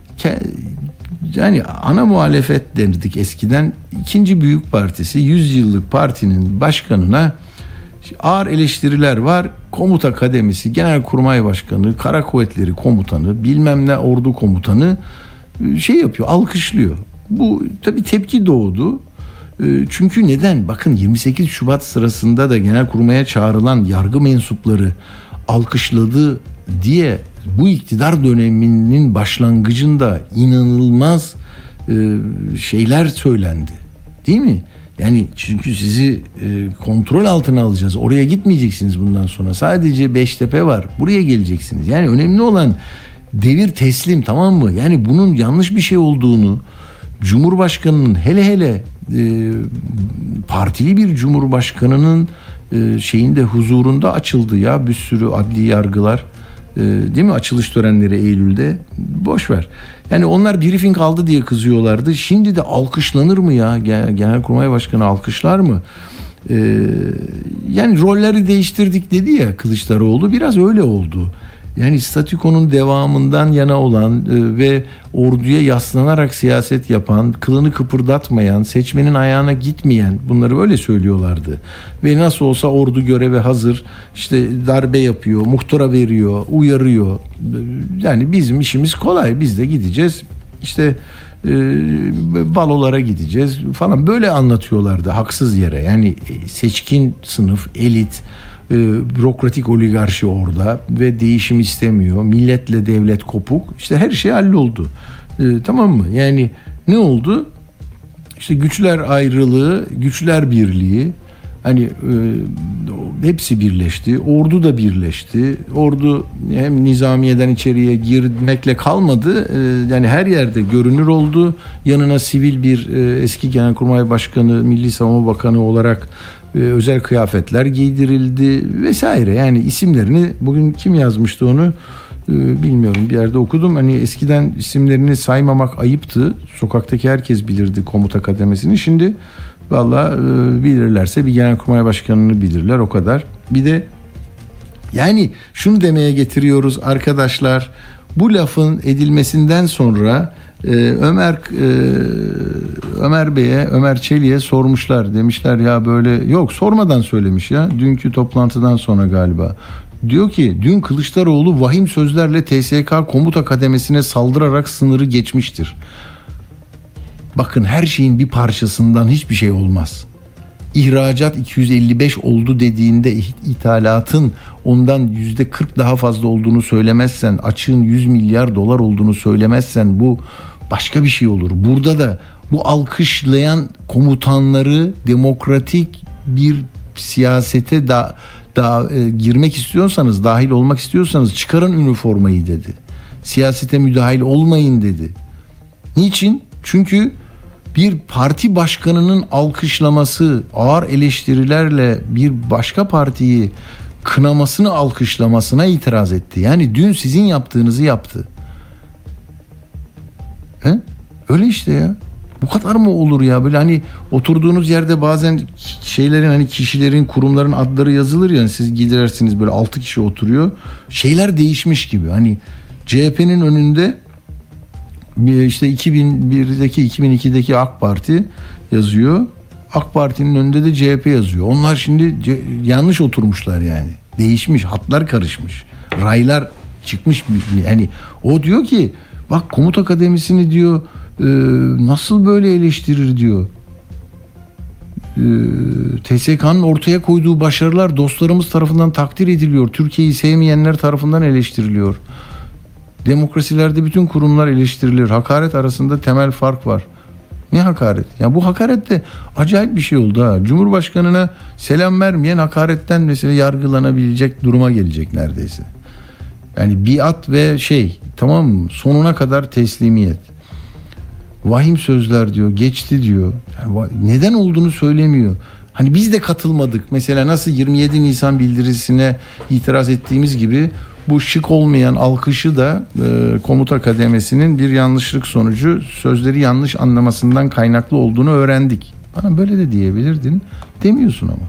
yani ana muhalefet denirdik eskiden, ikinci büyük partisi, yüz yıllık partinin başkanına ağır eleştiriler var. Komuta kademesi, Genelkurmay Başkanı, Kara Kuvvetleri Komutanı, bilmem ne ordu komutanı şey yapıyor, alkışlıyor. Bu tabii tepki doğdu. Çünkü neden? Bakın yirmi sekiz Şubat sırasında da Genelkurmay'a çağrılan yargı mensupları alkışladı diye bu iktidar döneminin başlangıcında inanılmaz şeyler söylendi. Değil mi? Yani çünkü sizi e, kontrol altına alacağız. Oraya gitmeyeceksiniz bundan sonra. Sadece Beştepe var. Buraya geleceksiniz. Yani önemli olan devir teslim, tamam mı? Yani bunun yanlış bir şey olduğunu, Cumhurbaşkanının hele hele e, partili bir Cumhurbaşkanının e, şeyinde huzurunda açıldı ya bir sürü adli yargılar. E, değil mi? Açılış törenleri Eylül'de. Boş ver. Yani onlar briefing aldı diye kızıyorlardı. Şimdi de alkışlanır mı ya? Genelkurmay Başkanı alkışlar mı? Ee, yani rolleri değiştirdik dedi ya Kılıçdaroğlu. Biraz öyle oldu. Yani statükonun devamından yana olan e, ve orduya yaslanarak siyaset yapan, kılını kıpırdatmayan, seçmenin ayağına gitmeyen, bunları öyle söylüyorlardı. Ve nasıl olsa ordu göreve hazır, işte darbe yapıyor, muhtara veriyor, uyarıyor. Yani bizim işimiz kolay, biz de gideceğiz, işte e, balolara gideceğiz falan, böyle anlatıyorlardı haksız yere. Yani seçkin sınıf, elit, E, bürokratik oligarşi orada ve değişim istemiyor. Milletle devlet kopuk. İşte her şey halloldu. E, tamam mı? Yani ne oldu? İşte güçler ayrılığı, güçler birliği. Hani e, hepsi birleşti. Ordu da birleşti. Ordu hem nizamiyeden içeriye girmekle kalmadı. E, yani her yerde görünür oldu. Yanına sivil bir e, eski Genelkurmay Başkanı, Milli Savunma Bakanı olarak özel kıyafetler giydirildi vesaire. Yani isimlerini bugün kim yazmıştı onu bilmiyorum, bir yerde okudum. Hani eskiden isimlerini saymamak ayıptı. Sokaktaki herkes bilirdi komuta kademesini. Şimdi vallahi bilirlerse bir Genelkurmay Başkanı'nı bilirler, o kadar. Bir de yani şunu demeye getiriyoruz arkadaşlar. Bu lafın edilmesinden sonra Ee, Ömer e, Ömer Bey'e, Ömer Çelik'e sormuşlar. Demişler ya böyle, yok sormadan söylemiş ya. Dünkü toplantıdan sonra galiba. Diyor ki dün Kılıçdaroğlu vahim sözlerle T S K komuta kademesine saldırarak sınırı geçmiştir. Bakın, her şeyin bir parçasından hiçbir şey olmaz. İhracat iki yüz elli beş oldu dediğinde ithalatın ondan yüzde kırk daha fazla olduğunu söylemezsen, açığın yüz milyar dolar olduğunu söylemezsen bu başka bir şey olur. Burada da bu alkışlayan komutanları demokratik bir siyasete da, da e, girmek istiyorsanız, dahil olmak istiyorsanız çıkarın üniformayı dedi. Siyasete müdahil olmayın dedi. Niçin? Çünkü bir parti başkanının alkışlaması, ağır eleştirilerle bir başka partiyi kınamasını alkışlamasına itiraz etti. Yani dün sizin yaptığınızı yaptı. He? Öyle işte ya. Bu kadar mı olur ya? Böyle hani oturduğunuz yerde bazen şeylerin, hani kişilerin, kurumların adları yazılır ya, siz gidersiniz böyle altı kişi oturuyor. Şeyler değişmiş gibi. Hani C H P'nin önünde işte iki bin birdeki iki bin ikideki AK Parti yazıyor. AK Parti'nin önünde de C H P yazıyor. Onlar şimdi C- yanlış oturmuşlar yani. Değişmiş, hatlar karışmış. Raylar çıkmış. Yani o diyor ki bak Komut Akademisi'ni diyor e, nasıl böyle eleştirir diyor. E, T S K'nın ortaya koyduğu başarılar dostlarımız tarafından takdir ediliyor. Türkiye'yi sevmeyenler tarafından eleştiriliyor. Demokrasilerde bütün kurumlar eleştirilir. Hakaret arasında temel fark var. Ne hakaret? Ya bu hakaret de acayip bir şey oldu ha. Cumhurbaşkanına selam vermeyen hakaretten mesela yargılanabilecek duruma gelecek neredeyse. Yani biat ve şey, tamam mı? Sonuna kadar teslimiyet. Vahim sözler diyor, geçti diyor. Yani neden olduğunu söylemiyor. Hani biz de katılmadık. Mesela nasıl yirmi yedi Nisan bildirisine itiraz ettiğimiz gibi bu şık olmayan alkışı da e, Komuta Kademesi'nin bir yanlışlık sonucu sözleri yanlış anlamasından kaynaklı olduğunu öğrendik. Bana böyle de diyebilirdin. Demiyorsun ama.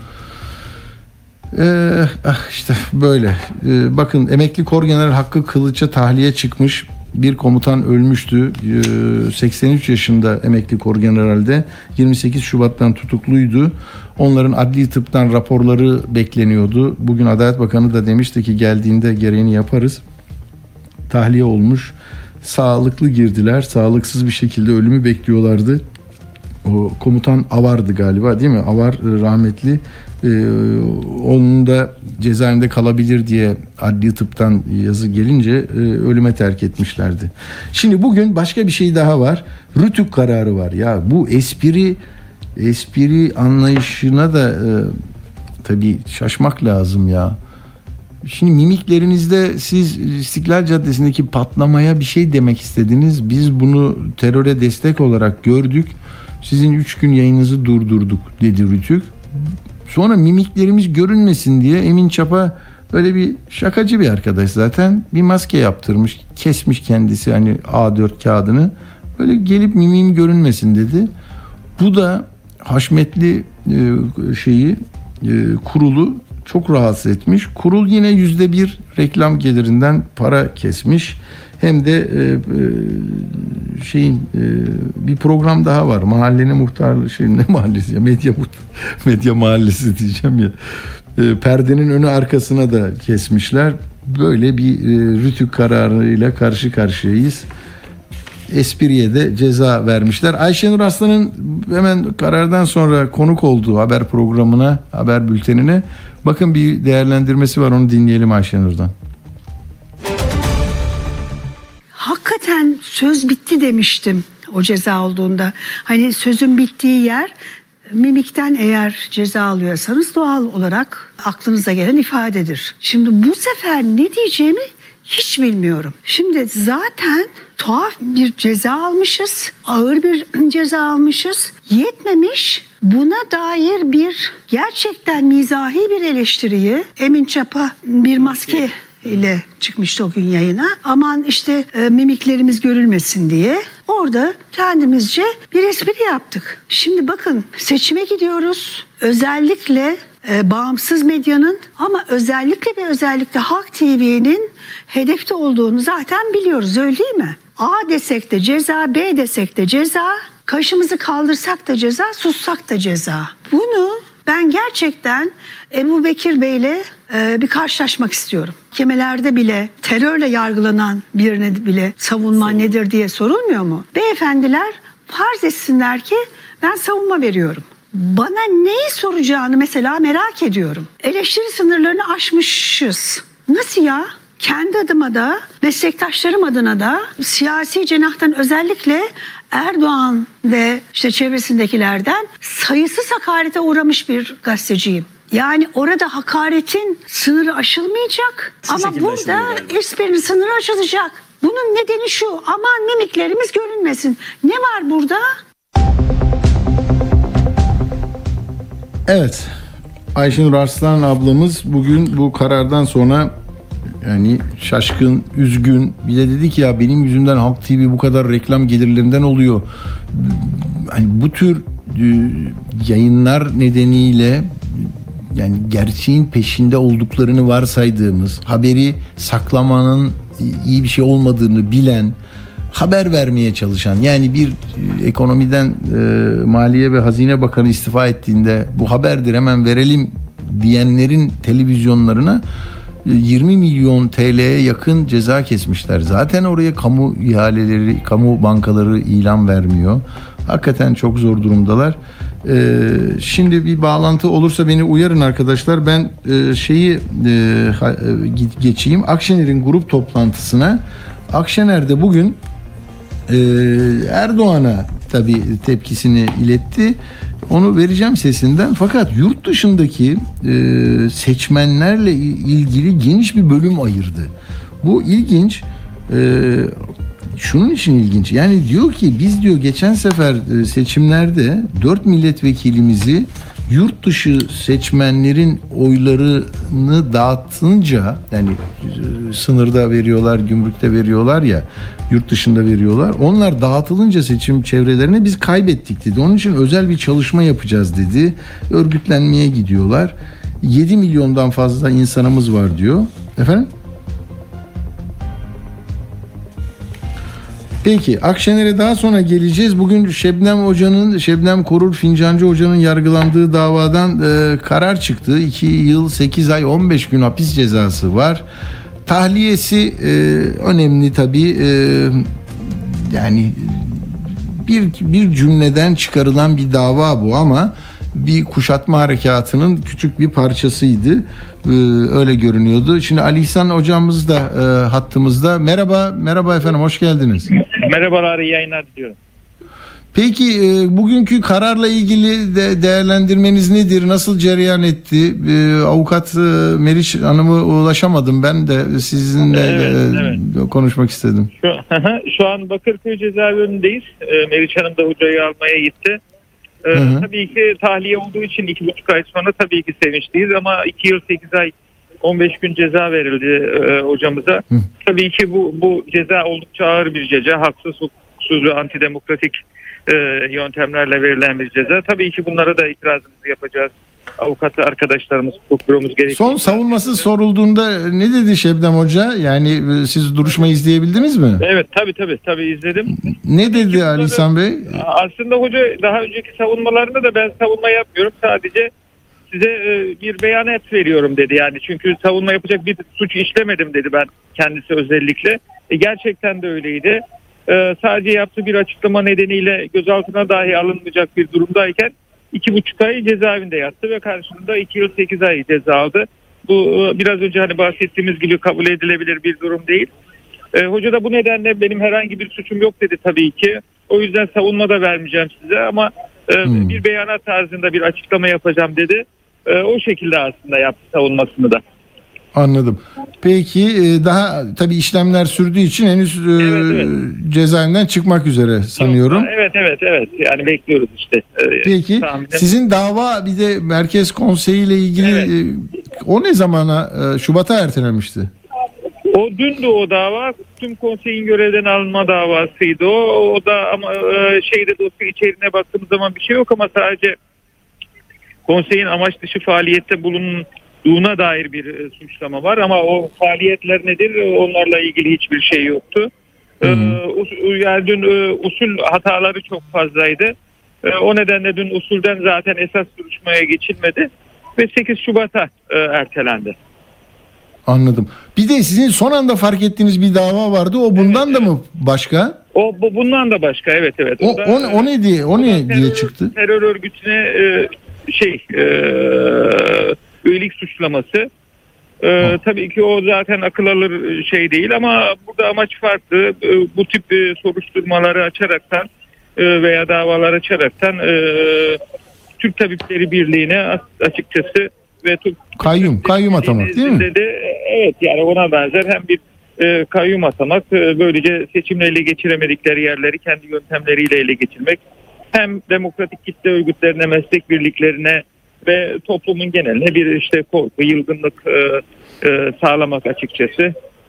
Ee, ah işte böyle. Ee, bakın emekli Korgeneral Hakkı Kılıç'a tahliye çıkmış. Bir komutan ölmüştü. Ee, seksen üç yaşında emekli Korgeneral'de. yirmi sekiz Şubat'tan tutukluydu. Onların adli tıptan raporları bekleniyordu. Bugün Adalet Bakanı da demişti ki geldiğinde gereğini yaparız. Tahliye olmuş. Sağlıklı girdiler. Sağlıksız bir şekilde ölümü bekliyorlardı. O komutan Avar'dı galiba, değil mi? Avar rahmetli. Ee, onun da cezaevinde kalabilir diye adli tıptan yazı gelince e, ölüme terk etmişlerdi. Şimdi bugün başka bir şey daha var. Rütük kararı var. Ya bu espri espri anlayışına da e, tabii şaşmak lazım ya. Şimdi mimiklerinizde siz İstiklal Caddesi'ndeki patlamaya bir şey demek istediniz. Biz bunu teröre destek olarak gördük. Sizin üç gün yayınınızı durdurduk dedi Rütük. Sonra mimiklerimiz görünmesin diye Emin Çapa, öyle bir şakacı bir arkadaş zaten, bir maske yaptırmış, kesmiş kendisi hani A dört kağıdını, böyle gelip mimiğim görünmesin dedi. Bu da haşmetli e, şeyi e, kurulu çok rahatsız etmiş. Kurul yine yüzde bir reklam gelirinden para kesmiş. Hem de e, e, şeyin e, bir program daha var. Mahallenin muhtarlığı, şey ne mahallesi ya, medya medya mahallesi diyeceğim ya. E, perdenin önü arkasına da kesmişler. Böyle bir e, Rütük kararıyla karşı karşıyayız. Espriye de ceza vermişler. Ayşenur Arslan'ın hemen karardan sonra konuk olduğu haber programına, haber bültenine bakın, bir değerlendirmesi var, onu dinleyelim Ayşenur'dan. Hakikaten söz bitti demiştim o ceza olduğunda. Hani sözün bittiği yer, mimikten eğer ceza alıyorsanız doğal olarak aklınıza gelen ifadedir. Şimdi bu sefer ne diyeceğimi hiç bilmiyorum. Şimdi zaten tuhaf bir ceza almışız, ağır bir ceza almışız. Yetmemiş, buna dair bir gerçekten mizahi bir eleştiriyi Emin Çapa bir maske ile çıkmıştı o gün yayına. Aman işte e, mimiklerimiz görülmesin diye orada kendimizce bir espri yaptık. Şimdi bakın, seçime gidiyoruz. Özellikle e, bağımsız medyanın ama özellikle ve özellikle Halk T V'nin hedefte olduğunu zaten biliyoruz, öyle değil mi? A desek de ceza, B desek de ceza, kaşımızı kaldırsak da ceza, sussak da ceza. Bunu ben gerçekten Ebu Bekir Bey'le e, bir karşılaşmak istiyorum. Mahkemelerde bile terörle yargılanan birine bile savunma nedir diye sorulmuyor mu? Beyefendiler farz etsinler ki ben savunma veriyorum. Bana neyi soracağını mesela merak ediyorum. Eleştiri sınırlarını aşmışız. Nasıl ya? Kendi adıma da, meslektaşlarım adına da, siyasi cenahtan özellikle Erdoğan ve işte çevresindekilerden sayısız hakarete uğramış bir gazeteciyim. Yani orada hakaretin sınırı aşılmayacak ama burada esprinin sınırı aşılacak. Bunun nedeni şu: aman mimiklerimiz görünmesin. Ne var burada? Evet, Ayşenur Arslan ablamız bugün bu karardan sonra yani şaşkın, üzgün. Bir de dedi ki ya benim yüzümden Halk T V bu kadar reklam gelirlerinden oluyor. hani bu tür e, yayınlar nedeniyle yani gerçeğin peşinde olduklarını varsaydığımız, haberi saklamanın iyi bir şey olmadığını bilen, haber vermeye çalışan, yani bir e, ekonomiden e, Maliye ve Hazine Bakanı istifa ettiğinde bu haberdir hemen verelim diyenlerin televizyonlarına yirmi milyon T L'ye yakın ceza kesmişler. Zaten oraya kamu ihaleleri, kamu bankaları ilan vermiyor. Hakikaten çok zor durumdalar. Ee, şimdi bir bağlantı olursa beni uyarın arkadaşlar. Ben e, şeyi e, ha, e, geçeyim. Akşener'in grup toplantısına. Akşener de bugün e, Erdoğan'a tabii tepkisini iletti. Onu vereceğim sesinden. Fakat yurt dışındaki e, seçmenlerle ilgili geniş bir bölüm ayırdı. Bu ilginç. E, şunun için ilginç. Yani diyor ki biz diyor geçen sefer e, seçimlerde dört milletvekilimizi yurt dışı seçmenlerin oylarını dağıtınca, yani e, sınırda veriyorlar, gümrükte veriyorlar ya, yurt dışında veriyorlar. Onlar dağıtılınca seçim çevrelerine biz kaybettik dedi. Onun için özel bir çalışma yapacağız dedi. Örgütlenmeye gidiyorlar. yedi milyondan fazla insanımız var diyor. Efendim? Peki Akşener'e daha sonra geleceğiz. Bugün Şebnem Hoca'nın, Şebnem Korur Fincancı Hoca'nın yargılandığı davadan e, karar çıktı. iki yıl sekiz ay on beş gün hapis cezası var. Tahliyesi e, önemli tabii. E, yani bir bir cümleden çıkarılan bir dava bu ama bir kuşatma harekatının küçük bir parçasıydı. Ee, öyle görünüyordu. Şimdi Ali İhsan hocamız da e, hattımızda. Merhaba, merhaba efendim, hoş geldiniz. Merhabalar, iyi yayınlar diliyorum. Peki e, bugünkü kararla ilgili de değerlendirmeniz nedir? Nasıl cereyan etti? E, avukat e, Meriç Hanım'a ulaşamadım. Ben de sizinle evet, e, evet. konuşmak istedim. Şu, şu an Bakırköy cezaevindeyiz. E, Meriç Hanım da hocayı almaya gitti. Ee, Hı hı. tabii ki tahliye olduğu için iki buçuk ay sonra tabii ki sevinçliyiz ama iki yıl sekiz ay on beş gün ceza verildi e, hocamıza. Hı. Tabii ki bu bu ceza oldukça ağır bir ceza. Haksız, hukuksuz ve antidemokratik e, yöntemlerle verilen bir ceza. Tabii ki bunlara da itirazımızı yapacağız. Avukat arkadaşlarımız, hukuk büromuz gerekiyor. Son savunması sorulduğunda ne dedi Şebnem Hoca? Yani siz duruşmayı izleyebildiniz mi? Evet, tabii tabii tabii izledim. Ne dedi Ali İhsan Bey? Aslında hoca daha önceki savunmalarında da ben savunma yapmıyorum. Sadece size e, bir beyanet veriyorum dedi. Yani çünkü savunma yapacak bir suç işlemedim dedi ben kendisi özellikle. E, gerçekten de öyleydi. E, sadece yaptığı bir açıklama nedeniyle gözaltına dahi alınmayacak bir durumdayken iki buçuk ay cezaevinde yattı ve karşılığında iki yıl sekiz ay ceza aldı. Bu biraz önce hani bahsettiğimiz gibi kabul edilebilir bir durum değil. E, hoca da bu nedenle benim herhangi bir suçum yok dedi tabii ki. O yüzden savunma da vermeyeceğim size ama e, hmm. bir beyanat tarzında bir açıklama yapacağım dedi. E, o şekilde aslında yaptı savunmasını da. Anladım. Peki daha tabii işlemler sürdüğü için henüz evet, evet. cezaevinden çıkmak üzere sanıyorum. Yok, evet evet evet yani bekliyoruz işte. Peki tahminim. Sizin dava bir de Merkez Konseyi ile ilgili evet. o ne zamana Şubat'a ertelenmişti? O dündü o dava. Tüm konseyin görevden alınma davasıydı o. O da ama şeyde dosya içeriğine baktığımız zaman bir şey yok ama sadece konseyin amaç dışı faaliyette bulunduğuna dair bir suçlama var ama o faaliyetler nedir? Onlarla ilgili hiçbir şey yoktu. Hı hı. Yani dün usul hataları çok fazlaydı. O nedenle dün usulden zaten esas duruşmaya geçilmedi ve sekiz Şubat'a ertelendi. Anladım. Bir de sizin son anda fark ettiğiniz bir dava vardı. O bundan evet, da evet. mı başka? O bu, bundan da başka. Evet evet. O, o, da, o, o ne diye? O ne terör, diye çıktı? Terör örgütüne e, şey e, üyelik suçlaması. E, tabii ki o zaten akıl alır şey değil ama burada amaç farklı. E, bu tip e, soruşturmaları açaraktan e, veya davalar açaraktan e, Türk Tabipleri Birliği'ne açıkçası ve Türk kayyum kayyum atamak değil mi? De, evet yani ona benzer hem bir e, kayyum atamak e, böylece seçimle ele geçiremedikleri yerleri kendi yöntemleriyle ele geçirmek hem demokratik kitle örgütlerine, meslek birliklerine ve toplumun geneline bir işte korku, yılgınlık e, e, sağlamak açıkçası.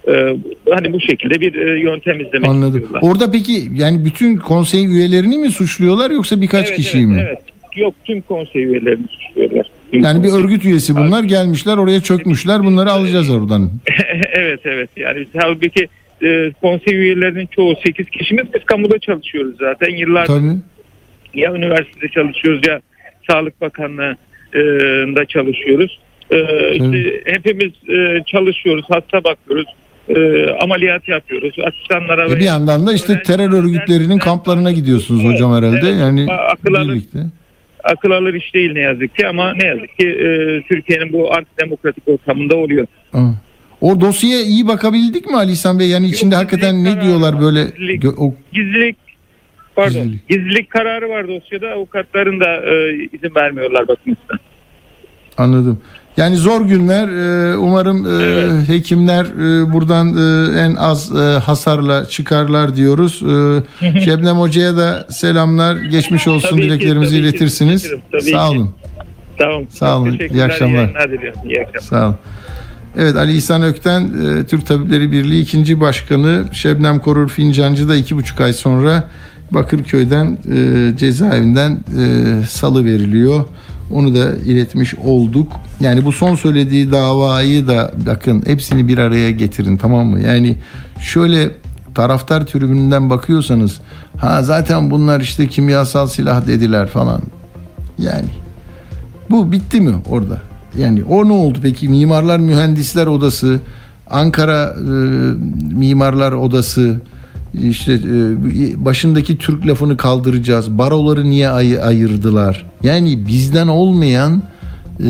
Ee, hani bu şekilde bir e, yöntem izlemek Anladım. istiyorlar. Orada peki yani bütün konsey üyelerini mi suçluyorlar yoksa birkaç Evet, kişiyi evet, mi? Evet. Yok, tüm konsey üyelerini suçluyorlar. Tüm Yani bir konsey- örgüt üyesi bunlar, gelmişler oraya çökmüşler, bunları alacağız oradan. evet evet, yani halbuki e, konsey üyelerinin çoğu sekiz kişimiz, biz kamuda çalışıyoruz zaten yıllardır. Tabii. Ya üniversitede çalışıyoruz ya Sağlık Bakanlığı'nda çalışıyoruz. Ee, işte hepimiz e, çalışıyoruz, hasta bakıyoruz, e, ameliyat yapıyoruz, asistanlara. E bir yandan da işte terör örgütlerinin kamplarına gidiyorsunuz hocam herhalde. Evet. Yani Akıl alır, birlikte. akıl alır iş değil ne yazık ki, ama ne yazık ki e, Türkiye'nin bu antidemokratik ortamında oluyor. Ha. O dosyaya iyi bakabildik mi Ali İhsan Bey? Yani içinde Yok, hakikaten gizlilik ne kararı diyorlar var. böyle? Gizlilik, Gö- o, gizlilik pardon Gizlilik. gizlilik. kararı var dosyada, avukatların da e, izin vermiyorlar bakmışsın. anladım. Yani zor günler. Ee, Umarım e, Evet. hekimler e, buradan e, en az e, hasarla çıkarlar diyoruz. Ee, Şebnem Hoca'ya da selamlar, geçmiş olsun Tabii ki, dileklerimizi tabii ki, iletirsiniz. iletirim, tabii Sağ ki. olun. Tamam. Sağ olun. Çok İyi teşekkürler, akşamlar. yayınlar diliyorum. İyi akşamlar. Sağ olun. Evet, Ali İhsan Ökten, e, Türk Tabipleri Birliği ikinci Başkanı. Şebnem Korur Fincancı da iki buçuk ay sonra Bakırköy'den e, cezaevinden e, salı veriliyor. Onu da iletmiş olduk. Yani bu son söylediği davayı da bakın, hepsini bir araya getirin, tamam mı? Yani şöyle taraftar tribününden bakıyorsanız, ha zaten bunlar işte kimyasal silah dediler falan. Yani bu bitti mi orada? Yani o ne oldu peki? Mimarlar Mühendisler Odası, Ankara e, Mimarlar Odası, işte e, başındaki Türk lafını kaldıracağız. Baroları niye ay- ayırdılar? Yani bizden olmayan e,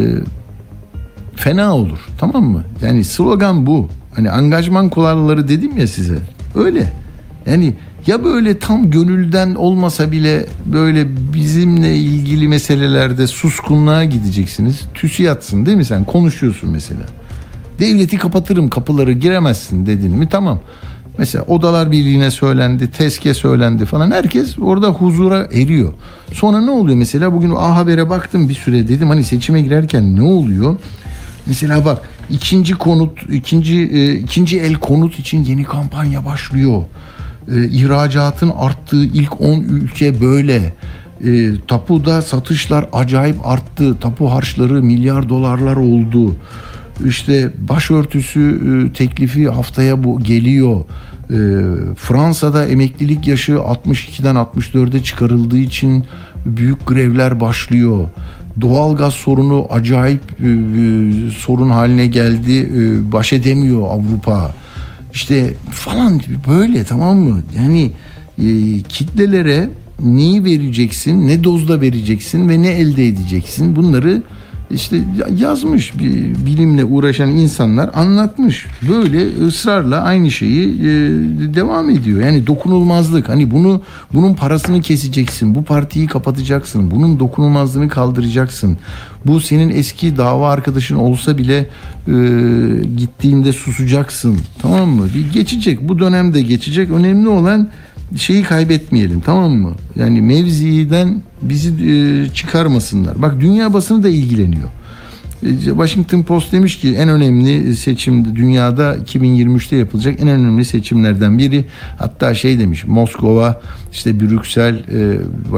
fena olur, tamam mı? Yani slogan bu. Hani angajman kuralları dedim ya size. Öyle. Yani ya böyle tam gönülden olmasa bile böyle bizimle ilgili meselelerde suskunluğa gideceksiniz. TÜSİAD'sın değil mi sen? Konuşuyorsun mesela. Devleti kapatırım, kapıları giremezsin dedin mi? Tamam. Mesela Odalar Birliği'ne söylendi, TESK'e söylendi falan. Herkes orada huzura eriyor. Sonra ne oluyor mesela? Bugün A Haber'e baktım bir süre, dedim hani seçime girerken ne oluyor? Mesela bak, ikinci konut, ikinci e, ikinci el konut için yeni kampanya başlıyor. E, ihracatın arttığı ilk on ülke böyle. E, tapuda satışlar acayip arttı. Tapu harçları milyar dolarlar oldu. İşte başörtüsü e, teklifi haftaya bu geliyor. E, Fransa'da emeklilik yaşı altmış ikiden altmış dörde çıkarıldığı için büyük grevler başlıyor. Doğalgaz sorunu acayip e, e, sorun haline geldi. E, baş edemiyor Avrupa. İşte falan böyle, tamam mı? Yani e, kitlelere neyi vereceksin, ne dozda vereceksin ve ne elde edeceksin, bunları işte yazmış, bir bilimle uğraşan insanlar anlatmış. Böyle ısrarla aynı şeyi e, devam ediyor. Yani dokunulmazlık, hani bunu bunun parasını keseceksin, bu partiyi kapatacaksın, bunun dokunulmazlığını kaldıracaksın. Bu senin eski dava arkadaşın olsa bile e, gittiğinde susacaksın, tamam mı? Bir geçecek, bu dönemde geçecek. Önemli olan şeyi kaybetmeyelim, tamam mı? Yani mevziden bizi e, çıkarmasınlar. Bak, dünya basını da ilgileniyor. E, Washington Post demiş ki en önemli seçim dünyada iki bin yirmi üçte yapılacak en önemli seçimlerden biri. Hatta şey demiş, Moskova, işte Brüksel, e,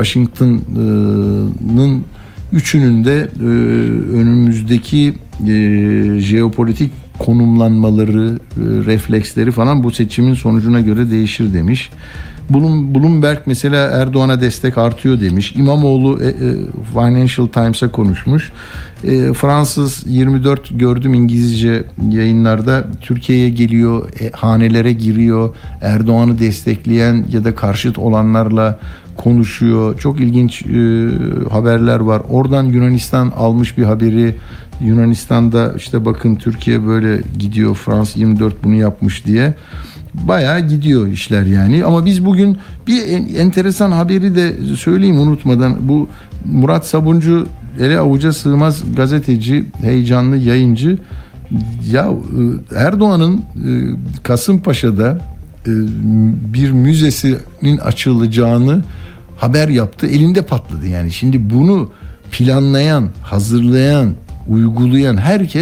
Washington'ın üçünün de e, önümüzdeki e, jeopolitik konumlanmaları, e, refleksleri falan bu seçimin sonucuna göre değişir demiş. Bloomberg mesela Erdoğan'a destek artıyor demiş. İmamoğlu e, e, Financial Times'a konuşmuş. E, Fransız yirmi dört gördüm İngilizce yayınlarda, Türkiye'ye geliyor, e, hanelere giriyor. Erdoğan'ı destekleyen ya da karşıt olanlarla konuşuyor. Çok ilginç e, haberler var. Oradan Yunanistan almış bir haberi. Yunanistan'da işte bakın Türkiye böyle gidiyor, Frans yirmi dört bunu yapmış diye. Bayağı gidiyor işler yani. Ama biz bugün bir enteresan haberi de söyleyeyim unutmadan. Bu Murat Sabuncu, ele avuca sığmaz gazeteci, heyecanlı yayıncı. Ya Erdoğan'ın Kasımpaşa'da bir müzesinin açılacağını haber yaptı. Elinde patladı yani. Şimdi bunu planlayan, hazırlayan, uygulayan herkes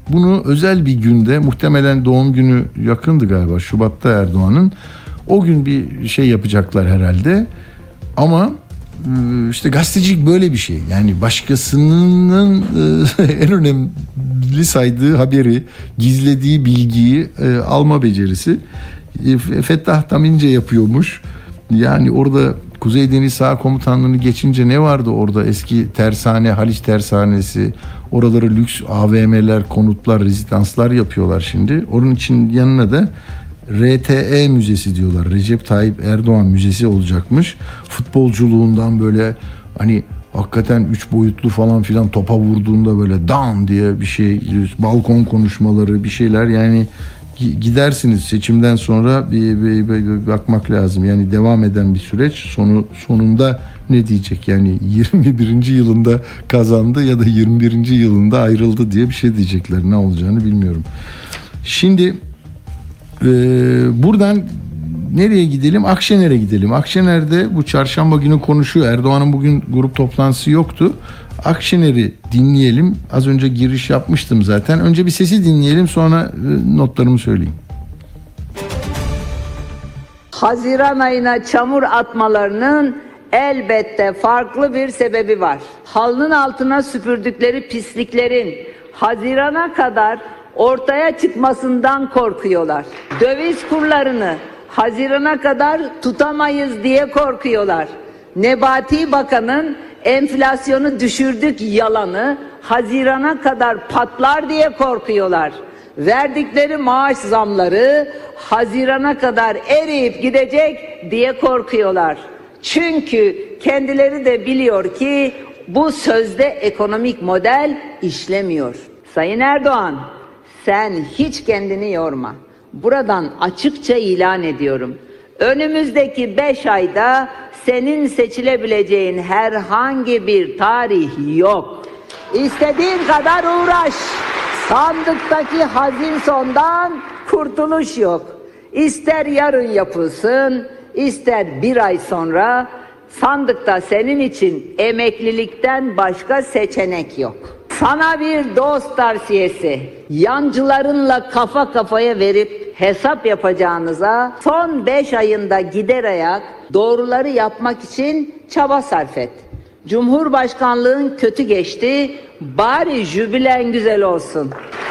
bunu özel bir günde, muhtemelen doğum günü yakındı galiba, Şubat'ta Erdoğan'ın, o gün bir şey yapacaklar herhalde. Ama işte gazetecilik böyle bir şey. Yani başkasının en önemli saydığı haberi, gizlediği bilgiyi alma becerisi Fettah Tamince yapıyormuş. Yani orada Kuzey Deniz Sağ Komutanlığı'nı geçince ne vardı orada? Eski tersane, Haliç Tersanesi, oraları lüks A V M'ler, konutlar, rezidanslar yapıyorlar şimdi. Onun için yanına da R T E Müzesi diyorlar. Recep Tayyip Erdoğan Müzesi olacakmış. Futbolculuğundan böyle hani hakikaten üç boyutlu falan filan, topa vurduğunda böyle dam diye bir şey, balkon konuşmaları, bir şeyler. Yani gidersiniz, seçimden sonra bir, bir, bir, bir bakmak lazım. Yani devam eden bir süreç, sonu sonunda ne diyecek? Yani yirmi birinci yılında kazandı ya da yirmi birinci yılında ayrıldı diye bir şey diyecekler. Ne olacağını bilmiyorum. Şimdi e, buradan nereye gidelim? Akşener'e gidelim. Akşener'de bu çarşamba günü konuşuyor. Erdoğan'ın bugün grup toplantısı yoktu. Akşener'i dinleyelim. Az önce giriş yapmıştım zaten. Önce bir sesi dinleyelim, sonra notlarımı söyleyeyim. Haziran ayına çamur atmalarının elbette farklı bir sebebi var. Halının altına süpürdükleri pisliklerin Haziran'a kadar ortaya çıkmasından korkuyorlar. Döviz kurlarını Haziran'a kadar tutamayız diye korkuyorlar. Nebati Bakan'ın enflasyonu düşürdük yalanı Haziran'a kadar patlar diye korkuyorlar. Verdikleri maaş zamları Haziran'a kadar eriyip gidecek diye korkuyorlar. Çünkü kendileri de biliyor ki bu sözde ekonomik model işlemiyor. Sayın Erdoğan, sen hiç kendini yorma. Buradan açıkça ilan ediyorum. Önümüzdeki beş ayda senin seçilebileceğin herhangi bir tarih yok. İstediğin kadar uğraş. Sandıktaki hazin sondan kurtuluş yok. İster yarın yapılsın, ister bir ay sonra, sandıkta senin için emeklilikten başka seçenek yok. Sana bir dost tavsiyesi, yancılarınla kafa kafaya verip hesap yapacağınıza son beş ayında gider ayak doğruları yapmak için çaba sarf et. Cumhurbaşkanlığın kötü geçti, bari jübilen güzel olsun.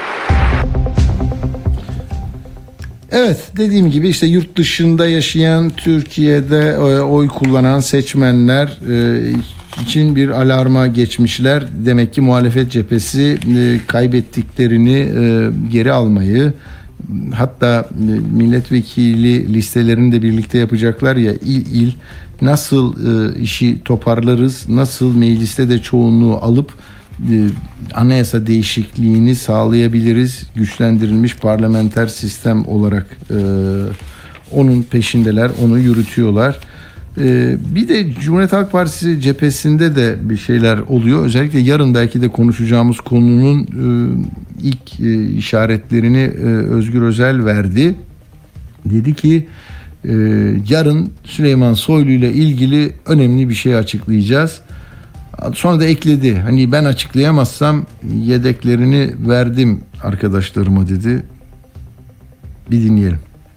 Evet, dediğim gibi işte yurt dışında yaşayan, Türkiye'de oy kullanan seçmenler için bir alarma geçmişler. Demek ki muhalefet cephesi kaybettiklerini geri almayı, hatta milletvekili listelerini de birlikte yapacaklar ya, il il nasıl işi toparlarız, nasıl mecliste de çoğunluğu alıp anayasa değişikliğini sağlayabiliriz, güçlendirilmiş parlamenter sistem olarak e, onun peşindeler, onu yürütüyorlar. E, bir de Cumhuriyet Halk Partisi cephesinde de bir şeyler oluyor. Özellikle yarın belki de konuşacağımız konunun e, ilk e, işaretlerini e, Özgür Özel verdi. Dedi ki e, yarın Süleyman Soylu ile ilgili önemli bir şey açıklayacağız. Sonra da ekledi. Hani ben açıklayamazsam yedeklerini verdim arkadaşlarıma dedi. Bir dinleyelim.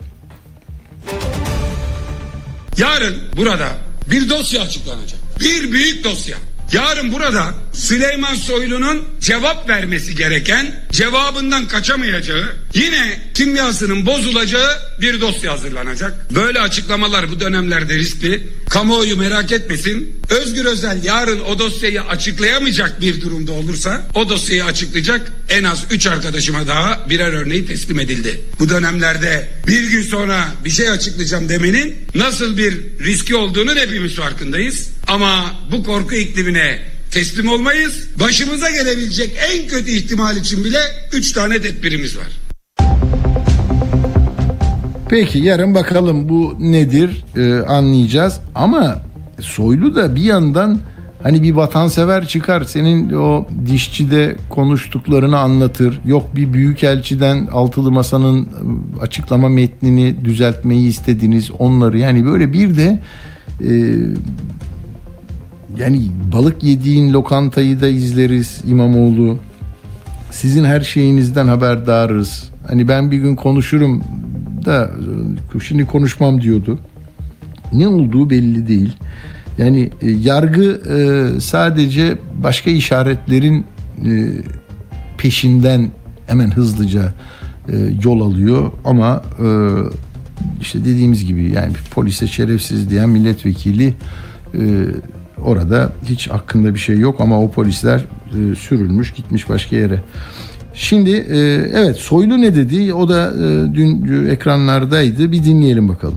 Yarın burada bir dosya açıklanacak. Bir büyük dosya. Yarın burada Süleyman Soylu'nun cevap vermesi gereken, cevabından kaçamayacağı, yine kimyasının bozulacağı bir dosya hazırlanacak. Böyle açıklamalar bu dönemlerde riskli. Kamuoyu merak etmesin. Özgür Özel yarın o dosyayı açıklayamayacak bir durumda olursa o dosyayı açıklayacak en az üç arkadaşıma daha birer örneği teslim edildi. Bu dönemlerde bir gün sonra bir şey açıklayacağım demenin nasıl bir riski olduğunu hepimiz farkındayız. Ama bu korku iklimine teslim olmayız. Başımıza gelebilecek en kötü ihtimal için bile üç tane tedbirimiz var. Peki yarın bakalım bu nedir ee, anlayacağız. Ama Soylu da bir yandan hani bir vatansever çıkar, senin o dişçide konuştuklarını anlatır. Yok bir büyükelçiden altılı masanın açıklama metnini düzeltmeyi istediniz, onları, yani böyle bir de e, yani balık yediğin lokantayı da izleriz İmamoğlu. Sizin her şeyinizden haberdarız. Hani ben bir gün konuşurum da şimdi konuşmam diyordu. Ne olduğu belli değil. Yani e, yargı e, sadece başka işaretlerin e, peşinden hemen hızlıca e, yol alıyor ama e, işte dediğimiz gibi yani polise şerefsiz diyen milletvekili e, orada hiç hakkında bir şey yok ama o polisler e, sürülmüş gitmiş başka yere. Şimdi e, evet Soylu ne dedi? O da e, dün ekranlardaydı. Bir dinleyelim bakalım.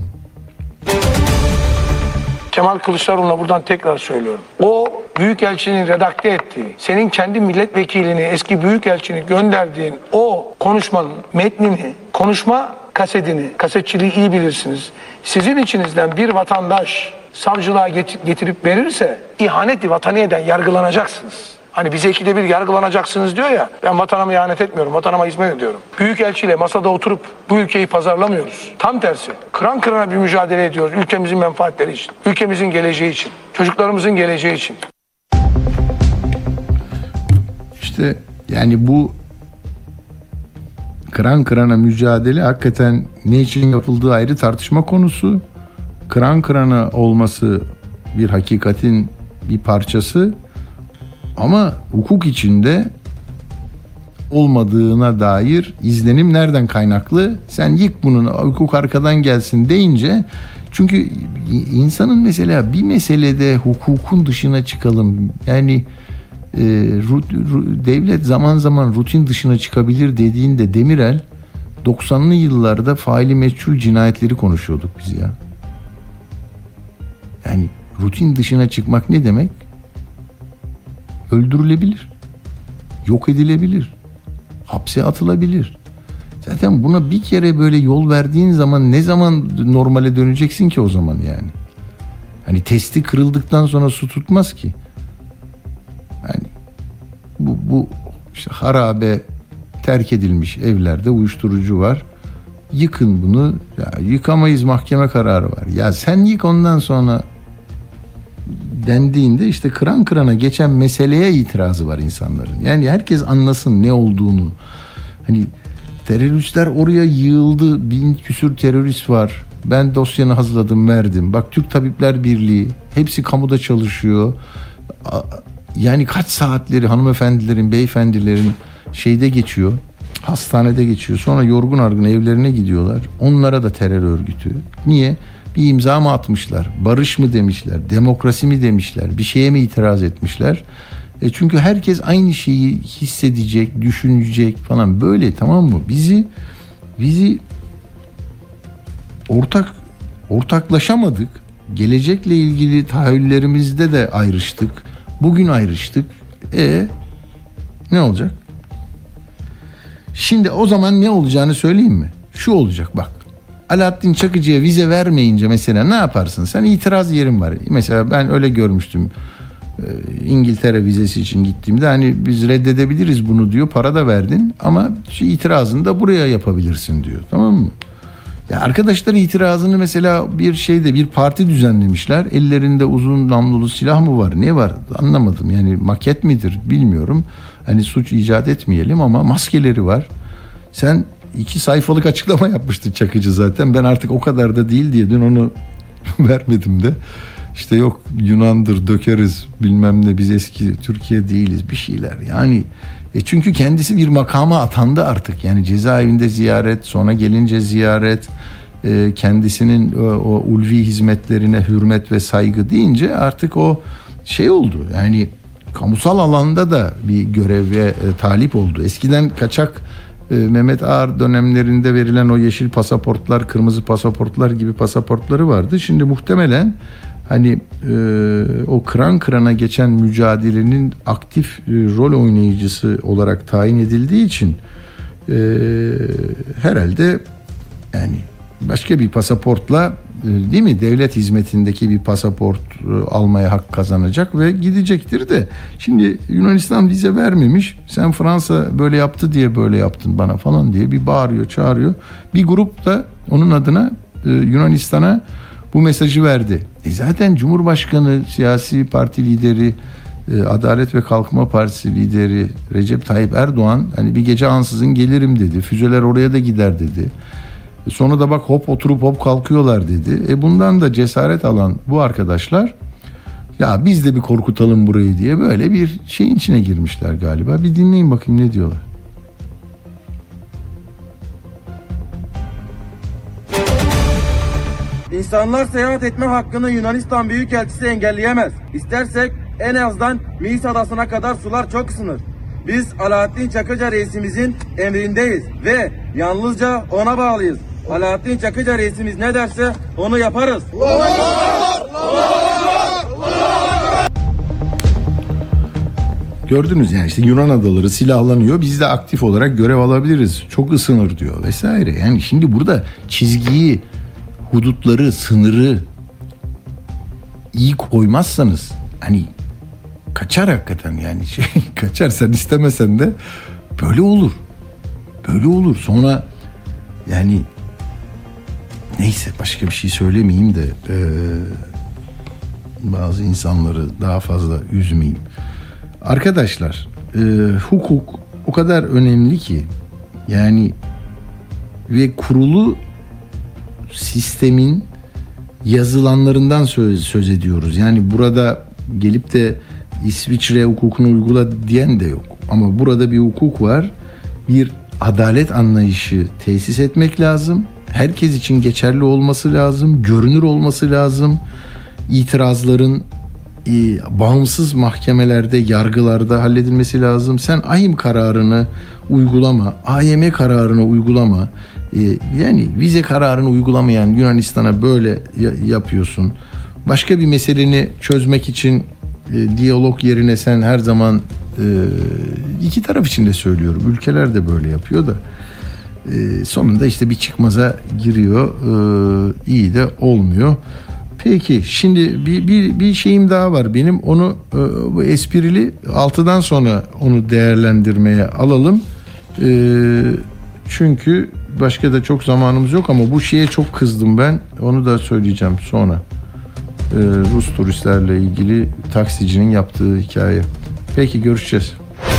Kemal Kılıçdaroğlu'na buradan tekrar söylüyorum. O Büyükelçinin redakte ettiği, senin kendi milletvekilini, eski Büyükelçini gönderdiğin o konuşmanın metnini, konuşma kasetini, kasetçiliği iyi bilirsiniz. Sizin içinizden bir vatandaş savcılığa getirip verirse ihaneti vataniyeden yargılanacaksınız. Hani bize ikide bir yargılanacaksınız diyor ya, ben vatanıma ihanet etmiyorum, vatanıma hizmet ediyorum. Büyükelçiyle masada oturup bu ülkeyi pazarlamıyoruz. Tam tersi, kıran kırana bir mücadele ediyoruz ülkemizin menfaatleri için, ülkemizin geleceği için, çocuklarımızın geleceği için. İşte yani bu kıran kırana mücadele hakikaten ne için yapıldığı ayrı tartışma konusu. Kıran kırana olması bir hakikatin bir parçası. Ama hukuk içinde olmadığına dair izlenim nereden kaynaklı? Sen yık bunu, hukuk arkadan gelsin deyince, çünkü insanın mesela bir meselede hukukun dışına çıkalım. Yani e, ru, ru, devlet zaman zaman rutin dışına çıkabilir dediğinde Demirel doksanlı yıllarda faili meçhul cinayetleri konuşuyorduk biz ya. Yani rutin dışına çıkmak ne demek? Öldürülebilir, yok edilebilir, hapse atılabilir. Zaten buna bir kere böyle yol verdiğin zaman ne zaman normale döneceksin ki o zaman yani? Hani testi kırıldıktan sonra su tutmaz ki. Yani bu, bu işte harabe terk edilmiş evlerde uyuşturucu var. Yıkın bunu. Ya yıkamayız, mahkeme kararı var. Ya sen yık, ondan sonra dendiğinde işte kıran kırana geçen meseleye itirazı var insanların. Yani herkes anlasın ne olduğunu. Hani teröristler oraya yığıldı. Bin küsür terörist var. Ben dosyanı hazırladım, verdim. Bak Türk Tabipler Birliği, hepsi kamuda çalışıyor. Yani kaç saatleri hanımefendilerin, beyefendilerin şeyde geçiyor. Hastanede geçiyor. Sonra yorgun argın evlerine gidiyorlar. Onlara da terör örgütü. Niye? Bir imza mı atmışlar? Barış mı demişler? Demokrasi mi demişler? Bir şeye mi itiraz etmişler? E çünkü herkes aynı şeyi hissedecek, düşünecek falan, böyle, tamam mı? Bizi bizi ortak ortaklaşamadık. Gelecekle ilgili tahayyüllerimizde de ayrıştık. Bugün ayrıştık. E ne olacak? Şimdi o zaman ne olacağını söyleyeyim mi? Şu olacak bak. Alaaddin Çakıcı'ya vize vermeyince mesela ne yaparsın? Sen itiraz yerin var. Mesela ben öyle görmüştüm. İngiltere vizesi için gittiğimde hani biz reddedebiliriz bunu diyor. Para da verdin ama şu itirazını da buraya yapabilirsin diyor. Tamam mı? Ya arkadaşlar itirazını mesela bir şeyde, bir parti düzenlemişler. Ellerinde uzun namlulu silah mı var? Ne var? Anlamadım. Yani maket midir? Bilmiyorum. Hani suç icat etmeyelim ama maskeleri var. Sen iki sayfalık açıklama yapmıştı Çakıcı zaten. Ben artık o kadar da değil diye dün onu vermedim de. İşte yok Yunan'dır, dökeriz bilmem ne, biz eski Türkiye değiliz, bir şeyler. Yani e çünkü kendisi bir makama atandı artık. Yani cezaevinde ziyaret, sonra gelince ziyaret, e, kendisinin o, o ulvi hizmetlerine hürmet ve saygı deyince artık o şey oldu. Yani kamusal alanda da bir göreve e, talip oldu. Eskiden kaçak e, Mehmet Ağar dönemlerinde verilen o yeşil pasaportlar, kırmızı pasaportlar gibi pasaportları vardı. Şimdi muhtemelen hani e, o kıran kırana geçen mücadelenin aktif e, rol oynayıcısı olarak tayin edildiği için e, herhalde yani başka bir pasaportla e, değil mi, devlet hizmetindeki bir pasaport e, almaya hak kazanacak ve gidecektir de. Şimdi Yunanistan vize vermemiş, sen Fransa böyle yaptı diye böyle yaptın bana falan diye bir bağırıyor çağırıyor. Bir grup da onun adına e, Yunanistan'a bu mesajı verdi. E zaten Cumhurbaşkanı, siyasi parti lideri e, Adalet ve Kalkınma Partisi lideri Recep Tayyip Erdoğan hani bir gece ansızın gelirim dedi. Füzeler oraya da gider dedi. E, sonra da bak hop oturup hop kalkıyorlar dedi. E bundan da cesaret alan bu arkadaşlar ya biz de bir korkutalım burayı diye böyle bir şeyin içine girmişler galiba. Bir dinleyin bakayım ne diyorlar. İnsanlar seyahat etme hakkını Yunanistan Büyükelçisi engelleyemez. İstersek en azından Miis Adası'na kadar sular çok ısınır. Biz Alaaddin Çakıca reisimizin emrindeyiz ve yalnızca ona bağlıyız. Alaaddin Çakıca reisimiz ne derse onu yaparız. Gördünüz yani işte Yunan adaları silahlanıyor. Biz de aktif olarak görev alabiliriz. Çok ısınır diyor vesaire. Yani şimdi burada çizgiyi, hudutları, sınırı iyi koymazsanız hani kaçar hakikaten yani şey kaçar sen istemesen de böyle olur. Böyle olur. Sonra yani neyse başka bir şey söylemeyeyim de ee, bazı insanları daha fazla üzmeyeyim. Arkadaşlar e, hukuk o kadar önemli ki yani ve kurulu sistemin yazılanlarından söz, söz ediyoruz. Yani burada gelip de İsviçre hukukunu uygula diyen de yok. Ama burada bir hukuk var. Bir adalet anlayışı tesis etmek lazım. Herkes için geçerli olması lazım. Görünür olması lazım. İtirazların e, bağımsız mahkemelerde, yargılarda halledilmesi lazım. Sen A Y M kararını uygulama, A Y M kararını uygulama. E, yani vize kararını uygulamayan Yunanistan'a böyle yapıyorsun. Başka bir meseleni çözmek için e, diyalog yerine sen her zaman e, iki taraf için de söylüyorum. Ülkeler de böyle yapıyor da e, sonunda işte bir çıkmaza giriyor. E, iyi de olmuyor. Peki şimdi bir, bir, bir şeyim daha var benim. Onu e, bu esprili altıdan sonra onu değerlendirmeye alalım. E, çünkü başka da çok zamanımız yok ama bu şeye çok kızdım ben. Onu da söyleyeceğim sonra. Ee, Rus turistlerle ilgili taksicinin yaptığı hikaye. Peki görüşeceğiz.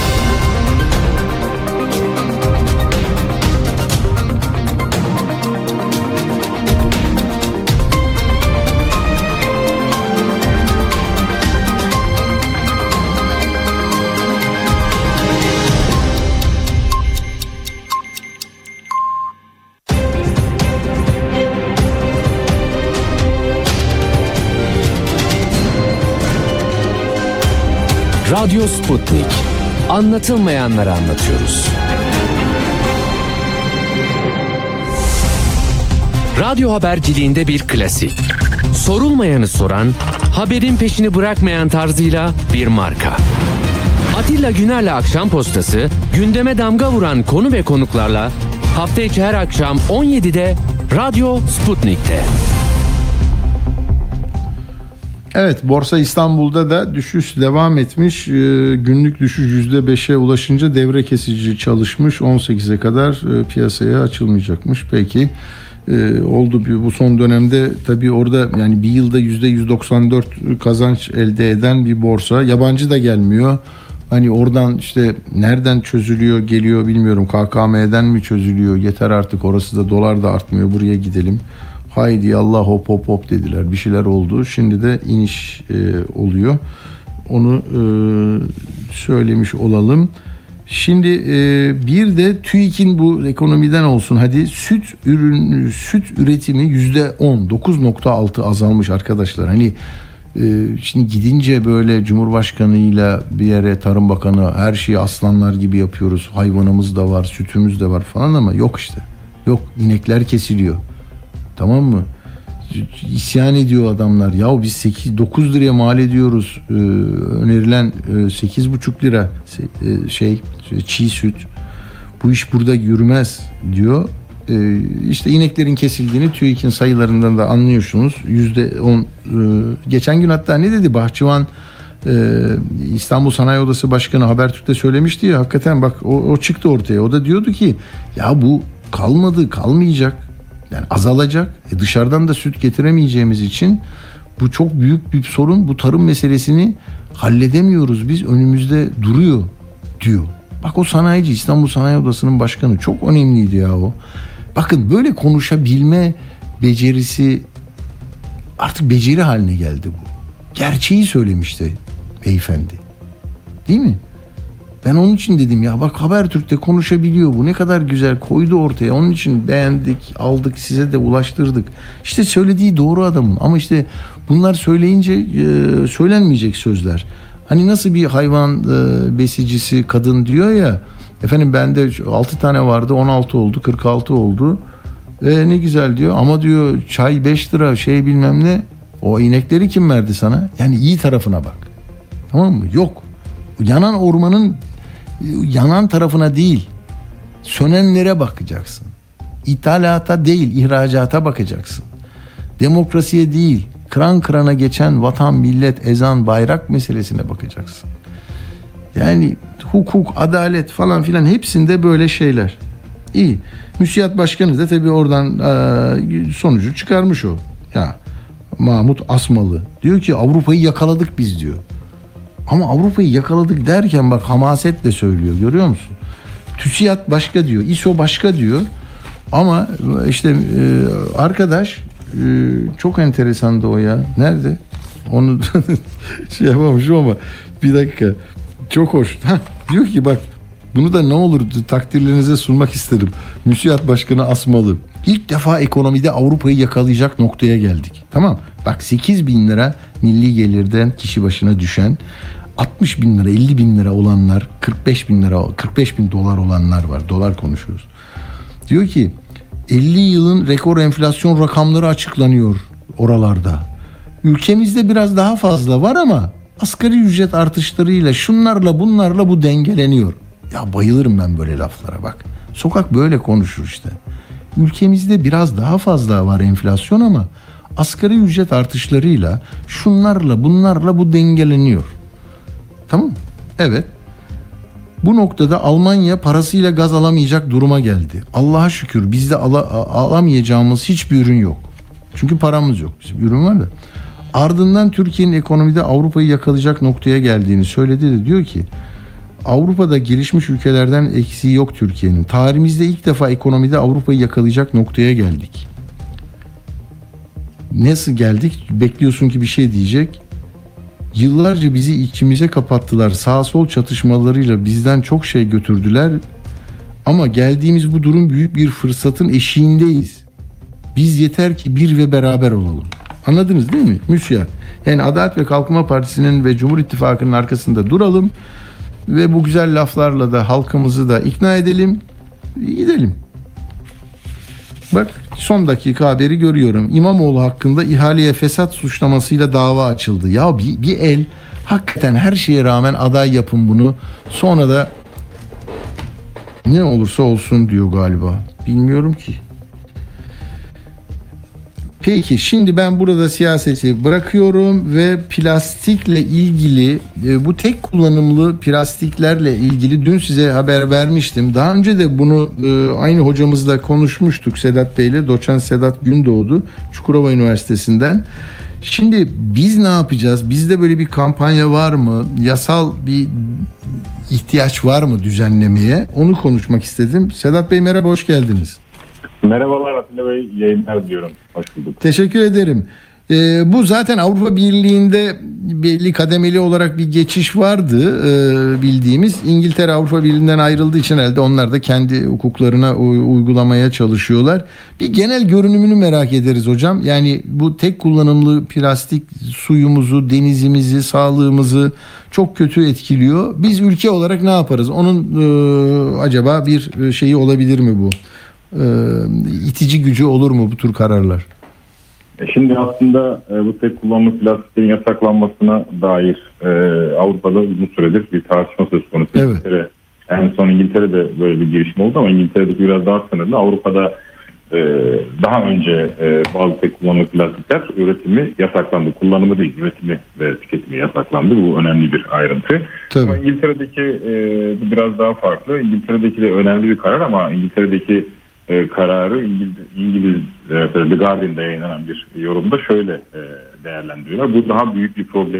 Radyo Sputnik. Anlatılmayanları anlatıyoruz. Radyo haberciliğinde bir klasik. Sorulmayanı soran, haberin peşini bırakmayan tarzıyla bir marka. Atilla Güner'le Akşam Postası, gündeme damga vuran konu ve konuklarla hafta içi her akşam on yedide Radyo Sputnik'te. Evet, Borsa İstanbul'da da düşüş devam etmiş. Ee, günlük düşüş yüzde beşe ulaşınca devre kesici çalışmış. on sekize kadar e, piyasaya açılmayacakmış. Peki e, oldu bu son dönemde tabii orada yani bir yılda yüzde yüz doksan dört kazanç elde eden bir borsa. Yabancı da gelmiyor. Hani oradan işte nereden çözülüyor geliyor bilmiyorum. K K M'den mi çözülüyor? Yeter artık, orası da dolar da artmıyor, buraya gidelim. Haydi Allah hop hop hop dediler. Bir şeyler oldu. Şimdi de iniş e, oluyor. Onu e, söylemiş olalım. Şimdi e, bir de TÜİK'in bu ekonomiden olsun hadi süt ürün süt üretimi yüzde on dokuz nokta altı azalmış arkadaşlar. Hani e, şimdi gidince böyle Cumhurbaşkanıyla bir yere, Tarım Bakanı, her şeyi aslanlar gibi yapıyoruz. Hayvanımız da var, sütümüz de var falan ama yok işte. Yok, inekler kesiliyor. Tamam mı? İsyan ediyor adamlar. Ya biz sekiz dokuz liraya mal ediyoruz. Ee, önerilen e, sekiz buçuk lira e, şey çiğ süt. Bu iş burada yürümez diyor. Ee, işte ineklerin kesildiğini TÜİK'in sayılarından da anlıyorsunuz. yüzde on. E, geçen gün hatta ne dedi Bahçıvan, e, İstanbul Sanayi Odası Başkanı Habertürk'te söylemişti ya, hakikaten bak o, o çıktı ortaya. O da diyordu ki ya bu kalmadı, kalmayacak. Yani azalacak. E dışarıdan da süt getiremeyeceğimiz için bu çok büyük bir sorun. Bu tarım meselesini halledemiyoruz biz, önümüzde duruyor diyor. Bak o sanayici, İstanbul Sanayi Odası'nın başkanı, çok önemliydi ya o. Bakın böyle konuşabilme becerisi artık beceri haline geldi bu. Gerçeği söylemişti beyefendi. Değil mi? Ben onun için dedim ya bak Habertürk'te konuşabiliyor, bu ne kadar güzel koydu ortaya. Onun için beğendik, aldık, size de ulaştırdık. İşte söylediği doğru adamın, ama işte bunlar söyleyince e, söylenmeyecek sözler. Hani nasıl bir hayvan e, besicisi kadın diyor ya, efendim bende altı tane vardı, on altı oldu, kırk altı oldu. E, ne güzel diyor ama diyor çay beş lira şey bilmem ne. O inekleri kim verdi sana? Yani iyi tarafına bak. Tamam mı? Yok. Yanan ormanın yanan tarafına değil, sönenlere bakacaksın. İthalata değil, ihracata bakacaksın. Demokrasiye değil, kıran kırana geçen vatan, millet, ezan, bayrak meselesine bakacaksın. Yani hukuk, adalet falan filan hepsinde böyle şeyler. İyi. Müsiyat Başkanı da tabii oradan e, sonucu çıkarmış o. Ya Mahmut Asmalı diyor ki Avrupa'yı yakaladık biz diyor. Ama Avrupa'yı yakaladık derken bak hamasetle söylüyor, görüyor musun? TÜSİAD başka diyor, İ S O başka diyor. Ama işte e, arkadaş e, çok enteresandı o ya. Nerede? Onu şey yapamamışım ama bir dakika. Çok hoş. Heh, diyor ki bak bunu da ne olur takdirlerinize sunmak isterim. Müsiyat Başkanı Asmalı. İlk defa ekonomide Avrupa'yı yakalayacak noktaya geldik. Tamam. Bak sekiz bin lira milli gelirden kişi başına düşen, altmış bin lira, elli bin lira olanlar, kırk beş bin lira, kırk beş bin dolar olanlar var. Dolar konuşuyoruz. Diyor ki elli yılın rekor enflasyon rakamları açıklanıyor oralarda. Ülkemizde biraz daha fazla var ama asgari ücret artışlarıyla, şunlarla bunlarla bu dengeleniyor. Ya bayılırım ben böyle laflara bak. Sokak böyle konuşur işte. Ülkemizde biraz daha fazla var enflasyon ama asgari ücret artışlarıyla, şunlarla bunlarla bu dengeleniyor. Tamam mı? Evet. Bu noktada Almanya parasıyla gaz alamayacak duruma geldi. Allah'a şükür bizde ala, alamayacağımız hiçbir ürün yok. Çünkü paramız yok. Bizim ürün var da. Ardından Türkiye'nin ekonomide Avrupa'yı yakalayacak noktaya geldiğini söyledi de diyor ki Avrupa'da gelişmiş ülkelerden eksiği yok Türkiye'nin. Tarihimizde ilk defa ekonomide Avrupa'yı yakalayacak noktaya geldik. Nasıl geldik? Bekliyorsun ki bir şey diyecek. Yıllarca bizi içimize kapattılar. Sağ sol çatışmalarıyla bizden çok şey götürdüler. Ama geldiğimiz bu durum büyük bir fırsatın eşiğindeyiz. Biz yeter ki bir ve beraber olalım. Anladınız değil mi? Müsiyat. Yani Adalet ve Kalkınma Partisi'nin ve Cumhur İttifakı'nın arkasında duralım. Ve bu güzel laflarla da halkımızı da ikna edelim. Gidelim. Bak son dakika haberi görüyorum. İmamoğlu hakkında ihaleye fesat suçlamasıyla dava açıldı. Ya bir, bir el hakikaten her şeye rağmen aday yapın bunu. Sonra da ne olursa olsun diyor galiba. Bilmiyorum ki. Peki şimdi ben burada siyaseti bırakıyorum ve plastikle ilgili bu tek kullanımlı plastiklerle ilgili dün size haber vermiştim. Daha önce de bunu aynı hocamızla konuşmuştuk, Sedat Bey'le, doçent Sedat Gündoğdu Çukurova Üniversitesi'nden. Şimdi biz ne yapacağız? Bizde böyle bir kampanya var mı? Yasal bir ihtiyaç var mı düzenlemeye? Onu konuşmak istedim. Sedat Bey merhaba, hoş geldiniz. Merhabalar Atilla Bey, yayınlar diyorum. Hoş bulduk. Teşekkür ederim. Ee, bu zaten Avrupa Birliği'nde belli kademeli olarak bir geçiş vardı e, bildiğimiz. İngiltere Avrupa Birliği'nden ayrıldığı için elde onlar da kendi hukuklarına uygulamaya çalışıyorlar. Bir genel görünümünü merak ederiz hocam. Yani bu tek kullanımlı plastik suyumuzu, denizimizi, sağlığımızı çok kötü etkiliyor. Biz ülke olarak ne yaparız? Onun e, acaba bir şeyi olabilir mi bu? E, itici gücü olur mu bu tür kararlar? Şimdi aslında e, bu tek kullanımlı plastiklerin yasaklanmasına dair e, Avrupa'da uzun süredir bir tartışma söz konusu. Evet. İngiltere, en son İngiltere'de böyle bir girişim oldu ama İngiltere'deki biraz daha sınırlı. Avrupa'da e, daha önce e, bazı tek kullanımlı plastikler üretimi yasaklandı. Kullanımı değil, üretimi ve tüketimi yasaklandı. Bu önemli bir ayrıntı. Tabii. Ama İngiltere'deki e, biraz daha farklı. İngiltere'deki de önemli bir karar ama İngiltere'deki E, kararı İngiliz, İngiliz e, The Guardian'da yayınlanan bir yorumda şöyle e, değerlendiriyorlar. Bu daha büyük bir problemin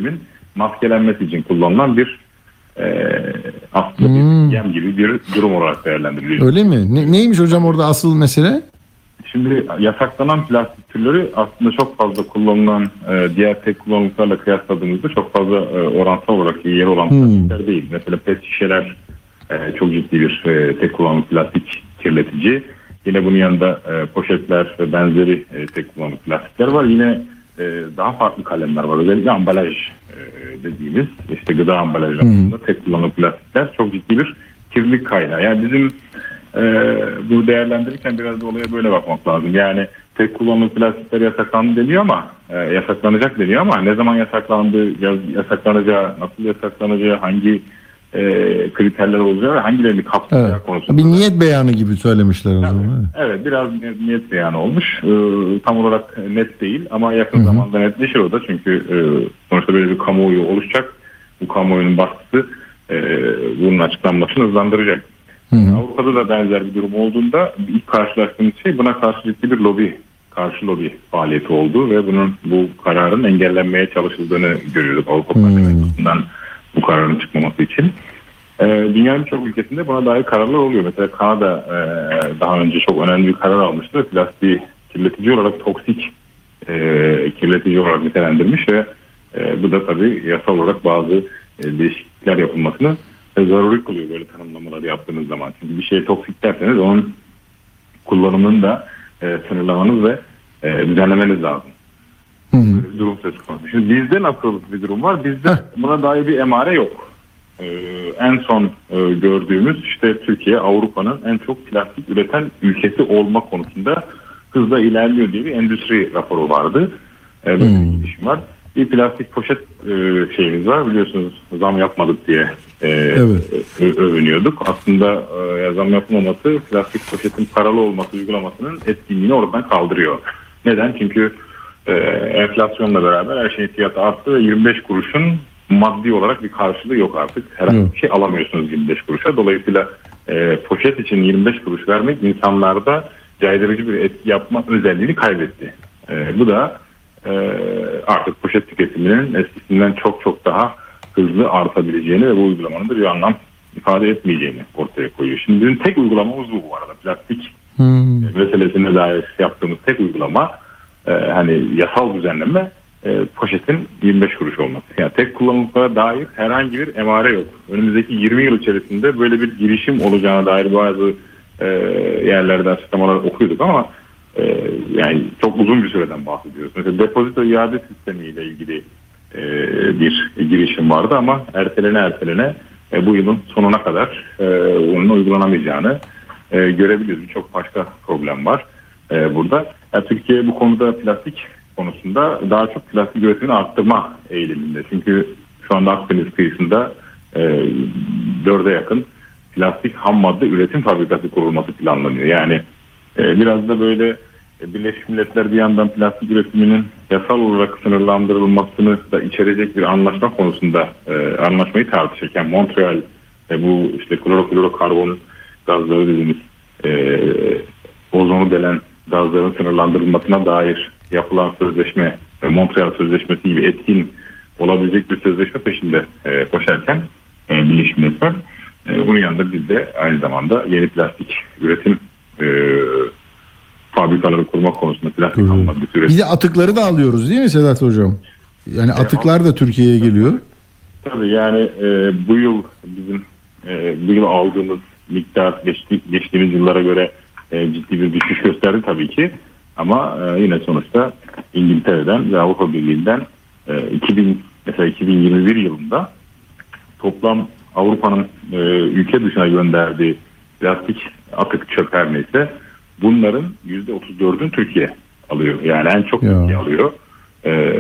maskelenmesi için kullanılan bir e, aslında Hmm. bir yem gibi bir durum olarak değerlendiriliyor. Öyle mi? Ne, neymiş hocam orada asıl mesele? Şimdi yasaklanan plastik türleri aslında çok fazla kullanılan e, diğer tek kullanımlıklarla kıyasladığımızda çok fazla e, oransal olarak iyi yer olan Hmm. plastikler değil. Mesela pet şişeler e, çok ciddi bir e, tek kullanımlık plastik kirletici. Yine bunun yanında e, poşetler ve benzeri e, tek kullanımlık plastikler var. Yine e, daha farklı kalemler var. Özellikle ambalaj e, dediğimiz işte gıda ambalajlarında tek kullanımlık plastikler çok ciddi bir kirlilik kaynağı. Yani bizim e, bu değerlendirirken biraz da olaya böyle bakmak lazım. Yani tek kullanımlık plastikler yasaklandı deniyor ama e, yasaklanacak deniyor ama ne zaman yasaklandı, yasaklanacağı, nasıl yasaklanacağı, hangi e, kriterler olacağı ve hangilerini kapsayacağı Evet. konusunda. Bir niyet beyanı gibi söylemişler o zaman. Evet, biraz niyet beyanı olmuş. Ee, tam olarak net değil ama yakın zamanda netleşir o da. Çünkü e, sonuçta böyle bir kamuoyu oluşacak. Bu kamuoyunun baskısı e, bunun açıklanmasını hızlandıracak. Avrupa'da da benzer bir durum olduğunda ilk karşılaştığımız şey buna karşı ciddi bir lobi, karşı lobi faaliyeti oldu ve bunun bu kararın engellenmeye çalışıldığını görüyorduk Avrupa Parlamentosu'ndan bu kararın çıkmaması için. Ee, dünyanın birçok ülkesinde buna dair kararlar oluyor. Mesela Kanada e, daha önce çok önemli bir karar almıştı. Plastiği kirletici olarak toksik e, kirletici olarak nitelendirmiş ve e, bu da tabii yasal olarak bazı e, değişiklikler yapılmasını e, zaruri kılıyor böyle tanımlamaları yaptığınız zaman. Çünkü bir şey toksik derseniz onun kullanımını da e, sınırlamanız ve e, düzenlemeniz lazım. Böyle bir durum söz konusu. Şimdi bizde nasıl bir durum var? Bizde buna dair bir emare yok. Ee, en son e, gördüğümüz işte Türkiye Avrupa'nın en çok plastik üreten ülkesi olma konusunda hızla ilerliyor diye bir endüstri raporu vardı. Ee, böyle bir gelişim var. Bir plastik poşet e, şeyimiz var biliyorsunuz zam yapmadık diye e, Evet. ö- övünüyorduk. Aslında e, zam yapılmaması plastik poşetin paralı olması uygulamasının etkinliğini oradan kaldırıyor. Neden? Çünkü e, enflasyonla beraber her şeyin fiyatı arttı ve yirmi beş kuruşun maddi olarak bir karşılığı yok artık. Herhangi bir şey alamıyorsunuz yirmi beş kuruşa. Dolayısıyla e, poşet için yirmi beş kuruş vermek insanlarda caydırıcı bir etki yapma özelliğini kaybetti. E, bu da e, artık poşet tüketiminin eskisinden çok çok daha hızlı artabileceğini ve bu uygulamanın da bir anlam ifade etmeyeceğini ortaya koyuyor. Şimdi bizim tek uygulamamız bu bu arada. Plastik Hmm. meselesine dair yaptığımız tek uygulama e, hani yasal düzenleme e, poşetin yirmi beş kuruş olması. Yani tek kullanımlıklara dair herhangi bir emare yok. Önümüzdeki yirmi yıl içerisinde böyle bir girişim olacağına dair bazı e, yerlerde açıklamalar okuyorduk ama e, yani çok uzun bir süreden bahsediyoruz. Mesela depozito iade sistemiyle ilgili e, bir girişim vardı ama ertelene ertelene e, bu yılın sonuna kadar e, onun uygulanamayacağını e, görebiliyoruz. Birçok başka problem var e, burada. Yani Türkiye bu konuda plastik konusunda daha çok plastik üretimini arttırma eğiliminde. Çünkü şu anda Akdeniz kıyısında e, dörde yakın plastik ham madde üretim fabrikası kurulması planlanıyor. Yani e, biraz da böyle e, Birleşmiş Milletler bir yandan plastik üretiminin yasal olarak sınırlandırılmasını da içerecek bir anlaşma konusunda e, anlaşmayı tartışırken Montreal e, bu işte kloroklorokarbon gazları dediğimiz e, ozonu delen gazların sınırlandırılmasına dair yapılan sözleşme, Montreal Sözleşmesi gibi etkin olabilecek bir sözleşme peşinde e, koşarken e, Birleşmiş Milletler e, bunun yanında biz de aynı zamanda yeni plastik üretim e, fabrikaları kurmak konusunda plastik ham maddesi üretim. Bir de atıkları da alıyoruz değil mi Sedat Hocam? Yani atıklar da Türkiye'ye geliyor. Tabii yani e, bu yıl bizim e, bu yıl aldığımız miktar geçti, geçtiğimiz yıllara göre e, ciddi bir düşüş gösterdi tabii ki. Ama e, yine sonuçta İngiltere'den ve Avrupa Birliği'nden e, iki bin mesela iki bin yirmi bir yılında toplam Avrupa'nın e, ülke dışına gönderdiği plastik atık çöp her neyse bunların yüzde otuz dördünü Türkiye alıyor. Yani en çok Ya. Türkiye alıyor. E,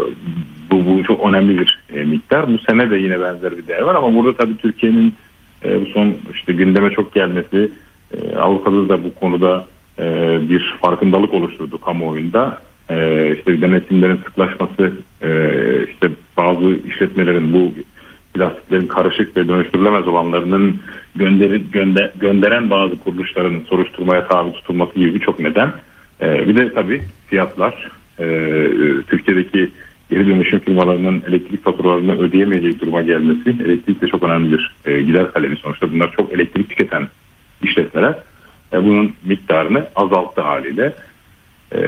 bu, bu çok önemli bir e, miktar. Bu sene de yine benzer bir değer var ama burada tabii Türkiye'nin e, bu son işte gündeme çok gelmesi e, Avrupa'da da bu konuda e, bir farkındalık oluşturdu kamuoyunda. E, işte denetimlerin sıklaşması, e, işte bazı işletmelerin bu plastiklerin karışık ve dönüştürülemez olanlarının gönderi, gönder, gönderen bazı kuruluşların soruşturmaya tabi tutulması gibi birçok neden. E, bir de tabii fiyatlar. E, Türkiye'deki geri dönüşüm firmalarının elektrik faturalarını ödeyemeyecek duruma gelmesi, elektrik de çok önemli bir e, gider kalemi sonuçta. Bunlar çok elektrik tüketen işletmeler. E, bunun miktarını azalttı haliyle. E,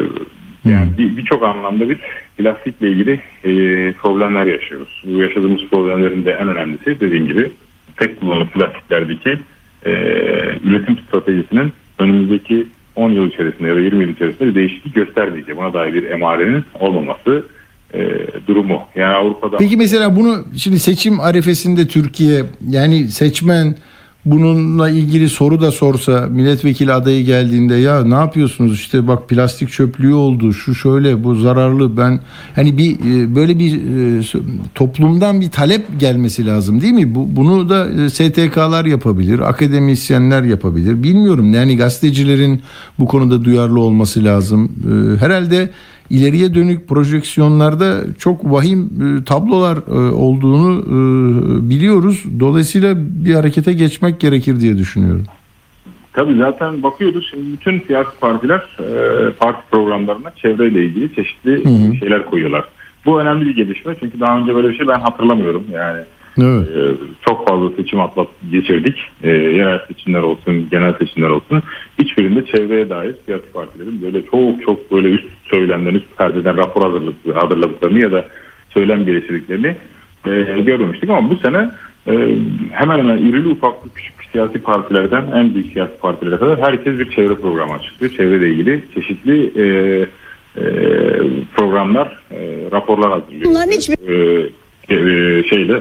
yani bir, birçok anlamda biz plastikle ilgili e, problemler yaşıyoruz. Bu yaşadığımız problemlerin de en önemlisi dediğim gibi tek kullanımlı plastiklerdeki e, üretim stratejisinin önümüzdeki on yıl içerisinde ya da yirmi yıl içerisinde bir değişiklik göstermeyecek. Buna dair bir emarenin olmaması e, durumu. Yani Avrupa'da... Peki mesela bunu şimdi seçim arifesinde Türkiye, yani seçmen bununla ilgili soru da sorsa, milletvekili adayı geldiğinde ya ne yapıyorsunuz işte bak plastik çöplüğü oldu, şu şöyle, bu zararlı, ben hani bir böyle bir toplumdan bir talep gelmesi lazım değil mi? Bu, bunu da S T K'lar yapabilir, akademisyenler yapabilir. Bilmiyorum, yani gazetecilerin bu konuda duyarlı olması lazım. Herhalde ileriye dönük projeksiyonlarda çok vahim tablolar olduğunu biliyoruz. Dolayısıyla bir harekete geçmek gerekir diye düşünüyorum. Tabii zaten bakıyoruz şimdi bütün siyasi partiler parti programlarına çevreyle ilgili çeşitli Hı-hı. şeyler koyuyorlar. Bu önemli bir gelişme çünkü daha önce böyle bir şey ben hatırlamıyorum. Yani evet. Çok fazla seçim atlat geçirdik. Yerel seçimler olsun, genel seçimler olsun. Hiçbirinde çevreye dair siyasi partilerin böyle çok çok böyle üst söylemlerini, üst perdeden rapor hazırladıklarını ya da söylem geliştirdiklerini e, görmemiştik. Ama bu sene e, hemen hemen irili ufaklı küçük siyasi partilerden en büyük siyasi partilere kadar herkes bir çevre programı açıklıyor. Çevreyle ilgili çeşitli e, e, programlar, e, raporlar hazırlıyor. Bunların hiçbir... E, e, şeyle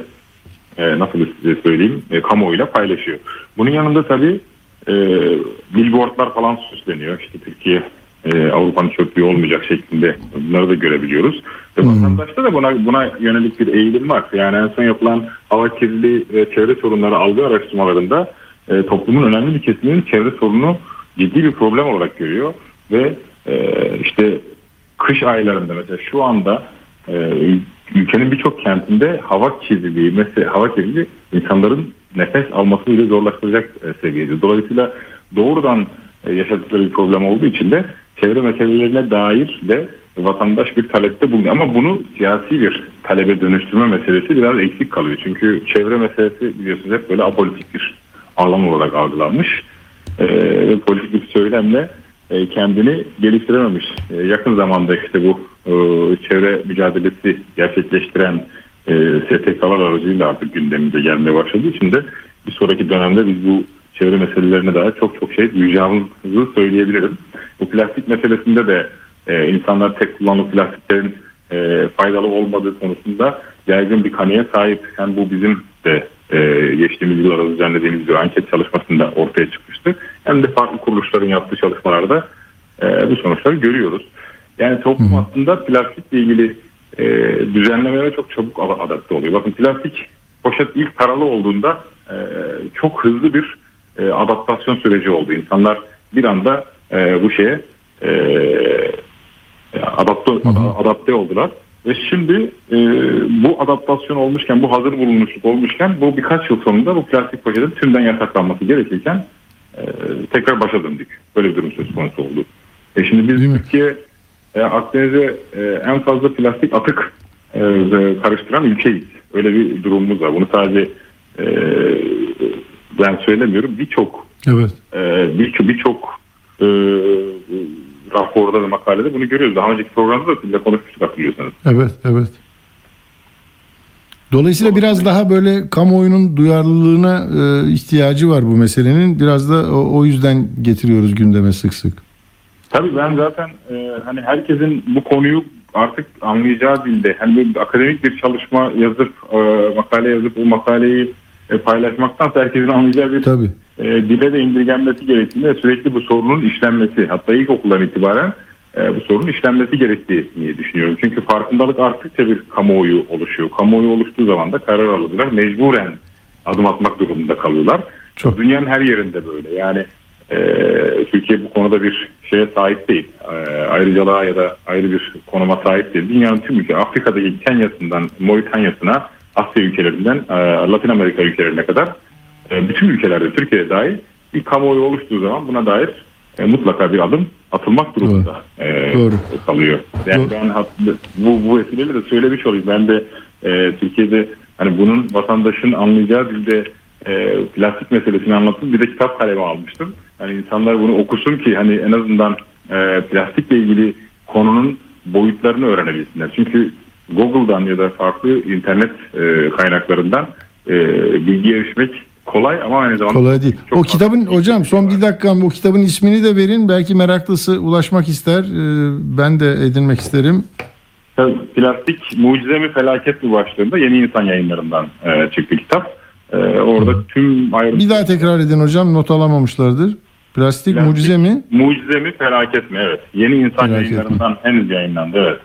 e, nasıl size söyleyeyim, e, kamuoyuyla paylaşıyor. Bunun yanında tabii e, billboardlar falan süsleniyor. İşte Türkiye e, Avrupa'nın çöplüğü olmayacak şeklinde bunları da görebiliyoruz. Ve vatandaşta da buna buna yönelik bir eğilim var. Yani en son yapılan hava kirliliği ve çevre sorunları algı araştırmalarında e, toplumun önemli bir kesiminin çevre sorunu ciddi bir problem olarak görüyor. Ve e, işte kış aylarında mesela şu anda e, ülkenin birçok kentinde hava kirliliği, mesela hava kirliliği insanların nefes almasını bile zorlaştıracak seviyede. Dolayısıyla doğrudan yaşadıkları bir problem olduğu için de çevre meselelerine dair de vatandaş bir talepte bulunuyor. Ama bunu siyasi bir talebe dönüştürme meselesi biraz eksik kalıyor. Çünkü çevre meselesi biliyorsunuz hep böyle apolitik bir alan olarak algılanmış. Ee, politik bir söylemle e, kendini geliştirememiş. E, yakın zamanda işte bu e, çevre mücadelesi gerçekleştiren e, S T K'lar aracıyla artık gündemimize gelmeye başladığı için de bir sonraki dönemde biz bu çevre meselelerine dair çok çok şey duyacağımızı söyleyebilirim. Bu plastik meselesinde de e, insanlar tek kullanımlı plastiklerin e, faydalı olmadığı konusunda yaygın bir kanıya sahip. Hem bu bizim de e, geçtiğimiz yıllarda düzenlediğimiz bir anket çalışmasında ortaya çıkmıştı. Hem de farklı kuruluşların yaptığı çalışmalarda e, bu sonuçları görüyoruz. Yani toplum aslında plastikle ilgili e, düzenlemelere çok çabuk adapte oluyor. Bakın plastik poşet ilk paralı olduğunda e, çok hızlı bir e, adaptasyon süreci oldu. İnsanlar bir anda e, bu şeye e, adapte, adapte oldular. Ve şimdi e, bu adaptasyon olmuşken, bu hazır bulunmuşluk olmuşken bu birkaç yıl sonunda bu plastik poşetin tümden yasaklanması gerekirken e, tekrar başa döndük. Böyle bir durum söz konusu oldu. E şimdi biz Türkiye e, Akdeniz'e e, en fazla plastik atık e, karıştıran ülkeyiz. Öyle bir durumumuz var. Bunu sadece e, ben söylemiyorum. Birçok evet. e, birçok birçok e, raporda ve makalede bunu görüyoruz. Daha önceki programda da sizinle konuşmuştuk hatırlıyorsanız. Evet, evet. Dolayısıyla biraz daha böyle kamuoyunun duyarlılığına e, ihtiyacı var bu meselenin. Biraz da o, o yüzden getiriyoruz gündeme sık sık. Tabii ben zaten e, hani herkesin bu konuyu artık anlayacağı dilde, hani bir akademik bir çalışma yazıp e, makale yazıp o makaleyi e, paylaşmaktansa herkesin anlayacağı bir Tabii. E, dile de indirgenmesi gerektiğini ve sürekli bu sorunun işlenmesi, hatta ilkokuldan itibaren e, bu sorunun işlenmesi gerektiğini düşünüyorum. Çünkü farkındalık arttıkça bir kamuoyu oluşuyor. Kamuoyu oluştuğu zaman da karar alırlar. Mecburen adım atmak durumunda kalıyorlar. Çok. Dünyanın her yerinde böyle. Yani e, Türkiye bu konuda bir şeye sahip değil. E, ayrıcalığa ya da ayrı bir konuma sahip değil. Dünyanın tüm ülke, Afrika'daki Kenya'sından Moritanya'sına, Asya ülkelerinden e, Latin Amerika ülkelerine kadar bütün ülkelerde Türkiye'ye dair bir kamuoyu oluştuğu zaman buna dair e, mutlaka bir adım atılmak durumunda e, Doğru. kalıyor. Yani Doğru. ben hat- bu, bu vesileyle de söylemiş olayım. Ben de e, Türkiye'de hani bunun vatandaşın anlayacağı dilde e, plastik meselesini anlatıp bir de kitap kalemi almıştım. Hani insanlar bunu okusun ki hani en azından e, plastikle ilgili konunun boyutlarını öğrenebilsinler. Çünkü Google'dan ya da farklı internet e, kaynaklarından e, bilgiye erişmek kolay ama aynı zamanda Kolay değil. çok O kitabın hocam son bir dakikam o kitabın ismini de verin. Belki meraklısı ulaşmak ister. Ee, ben de edinmek isterim. Plastik Mucize mi Felaket mi başlığında Yeni İnsan Yayınları'ndan e, çıktı kitap. E, orada Hı. tüm ayrı... Bir daha tekrar edin hocam. Not alamamışlardır. Plastik, Plastik Mucize mi? Mucize mi Felaket mi? Evet. Yeni İnsan Felaket Yayınları'ndan mi? henüz yayınlandı. Evet.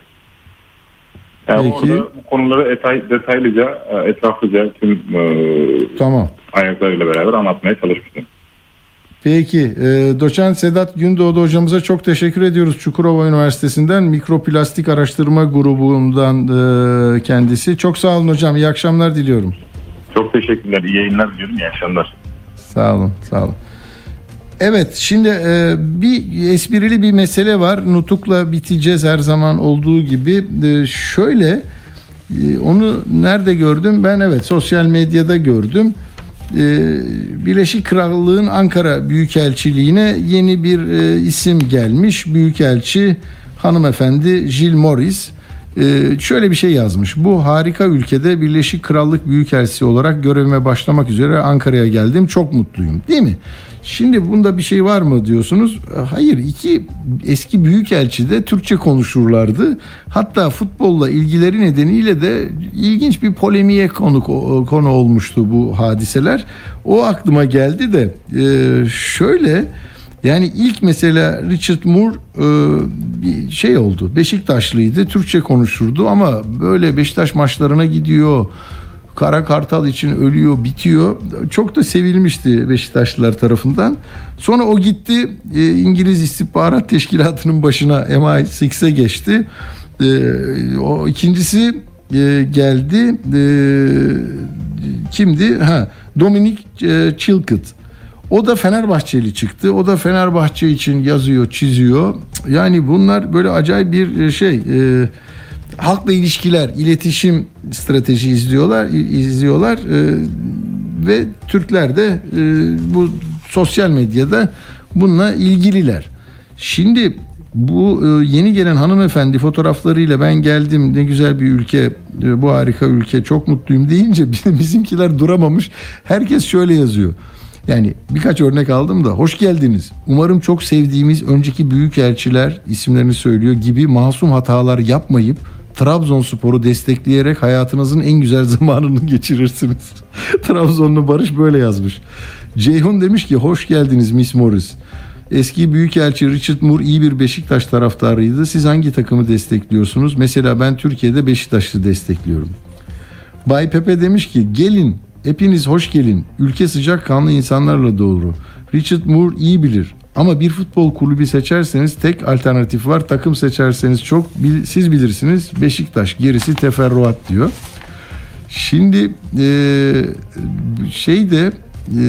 Yani Peki. orada bu konuları detay, detaylıca, etraflıca tüm e, Tamam. ayrıntılarıyla beraber anlatmaya çalışmıştım. Peki. E, Doçent Sedat Gündoğdu hocamıza çok teşekkür ediyoruz. Çukurova Üniversitesi'nden Mikroplastik Araştırma Grubu'ndan e, kendisi. Çok sağ olun hocam. İyi akşamlar diliyorum. Çok teşekkürler. İyi yayınlar diliyorum. İyi akşamlar. Sağ olun. Sağ olun. Evet, şimdi e, bir esprili bir mesele var. Nutuk'la biteceğiz her zaman olduğu gibi. E, şöyle, e, onu nerede gördüm? Ben evet sosyal medyada gördüm. E, Birleşik Krallığın Ankara Büyükelçiliğine yeni bir e, isim gelmiş. Büyükelçi hanımefendi Jill Morris. E, şöyle bir şey yazmış. Bu harika ülkede Birleşik Krallık Büyükelçisi olarak görevime başlamak üzere Ankara'ya geldim. Çok mutluyum. Değil mi? Şimdi bunda bir şey var mı diyorsunuz? Hayır, iki eski büyükelçi de Türkçe konuşurlardı. Hatta futbolla ilgileri nedeniyle de ilginç bir polemiğe konu, konu olmuştu bu hadiseler. O aklıma geldi de şöyle, yani ilk mesela Richard Moore bir şey oldu. Beşiktaşlıydı, Türkçe konuşurdu ama böyle Beşiktaş maçlarına gidiyor. Kara Kartal için ölüyor, bitiyor. Çok da sevilmişti Beşiktaşlılar tarafından. Sonra o gitti e, İngiliz İstihbarat Teşkilatı'nın başına M I altıya geçti. E, o ikincisi e, geldi. E, kimdi? Ha, Dominic e, Chilcott. O da Fenerbahçeli çıktı. O da Fenerbahçe için yazıyor, çiziyor. Yani bunlar böyle acayip bir şey. E, halkla ilişkiler, iletişim strateji izliyorlar, izliyorlar e, ve Türkler de e, bu sosyal medyada bununla ilgililer. Şimdi bu e, yeni gelen hanımefendi fotoğraflarıyla ben geldim, ne güzel bir ülke, e, bu harika ülke, çok mutluyum deyince bizimkiler duramamış. Herkes şöyle yazıyor. Yani birkaç örnek aldım da hoş geldiniz. Umarım çok sevdiğimiz önceki büyükelçiler isimlerini söylüyor gibi masum hatalar yapmayıp Trabzonspor'u destekleyerek hayatınızın en güzel zamanını geçirirsiniz. Trabzonlu Barış böyle yazmış. Ceyhun demiş ki hoş geldiniz Miss Morris. Eski büyükelçi Richard Moore iyi bir Beşiktaş taraftarıydı. Siz hangi takımı destekliyorsunuz? Mesela ben Türkiye'de Beşiktaş'ı destekliyorum. Bay Pepe demiş ki gelin hepiniz hoş gelin. Ülke sıcakkanlı insanlarla dolu. Richard Moore iyi bilir. Ama bir futbol kulübü seçerseniz tek alternatif var. Takım seçerseniz çok bil, siz bilirsiniz Beşiktaş. Gerisi teferruat diyor. Şimdi e, şey de e,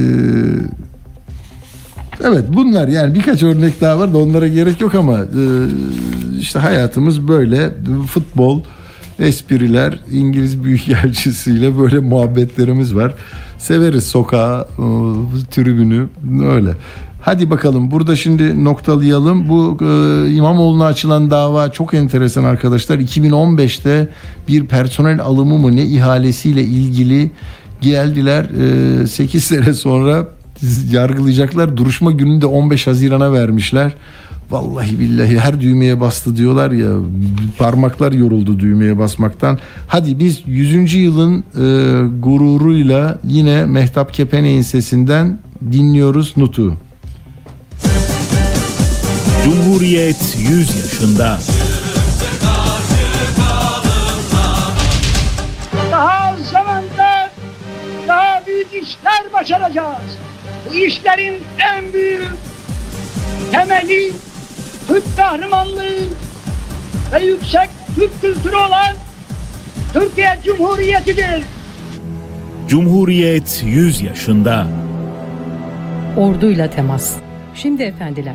evet bunlar yani birkaç örnek daha var da onlara gerek yok ama e, işte hayatımız böyle futbol, espriler, İngiliz büyükelçisiyle böyle muhabbetlerimiz var. Severiz sokağı, e, tribünü öyle. Hadi bakalım burada şimdi noktalayalım. Bu e, İmamoğlu'na açılan dava çok enteresan arkadaşlar. iki bin on beşte bir personel alımı mı ne ihalesiyle ilgili geldiler. E, sekiz sene sonra yargılayacaklar. Duruşma gününü de on beş Haziran'a vermişler. Vallahi billahi her düğmeye bastı diyorlar ya, parmaklar yoruldu düğmeye basmaktan. Hadi biz yüzüncü yılın e, gururuyla yine Mehtap Kepenek'in sesinden dinliyoruz Nutuk'u. Cumhuriyet yüz yaşında. Daha zamanda daha büyük işler başaracağız. Bu işlerin en büyük temeli Türk kahramanlığı ve yüksek Türk kültürü olan Türkiye Cumhuriyeti'dir. Cumhuriyet yüz yaşında. Orduyla temas. Şimdi efendiler,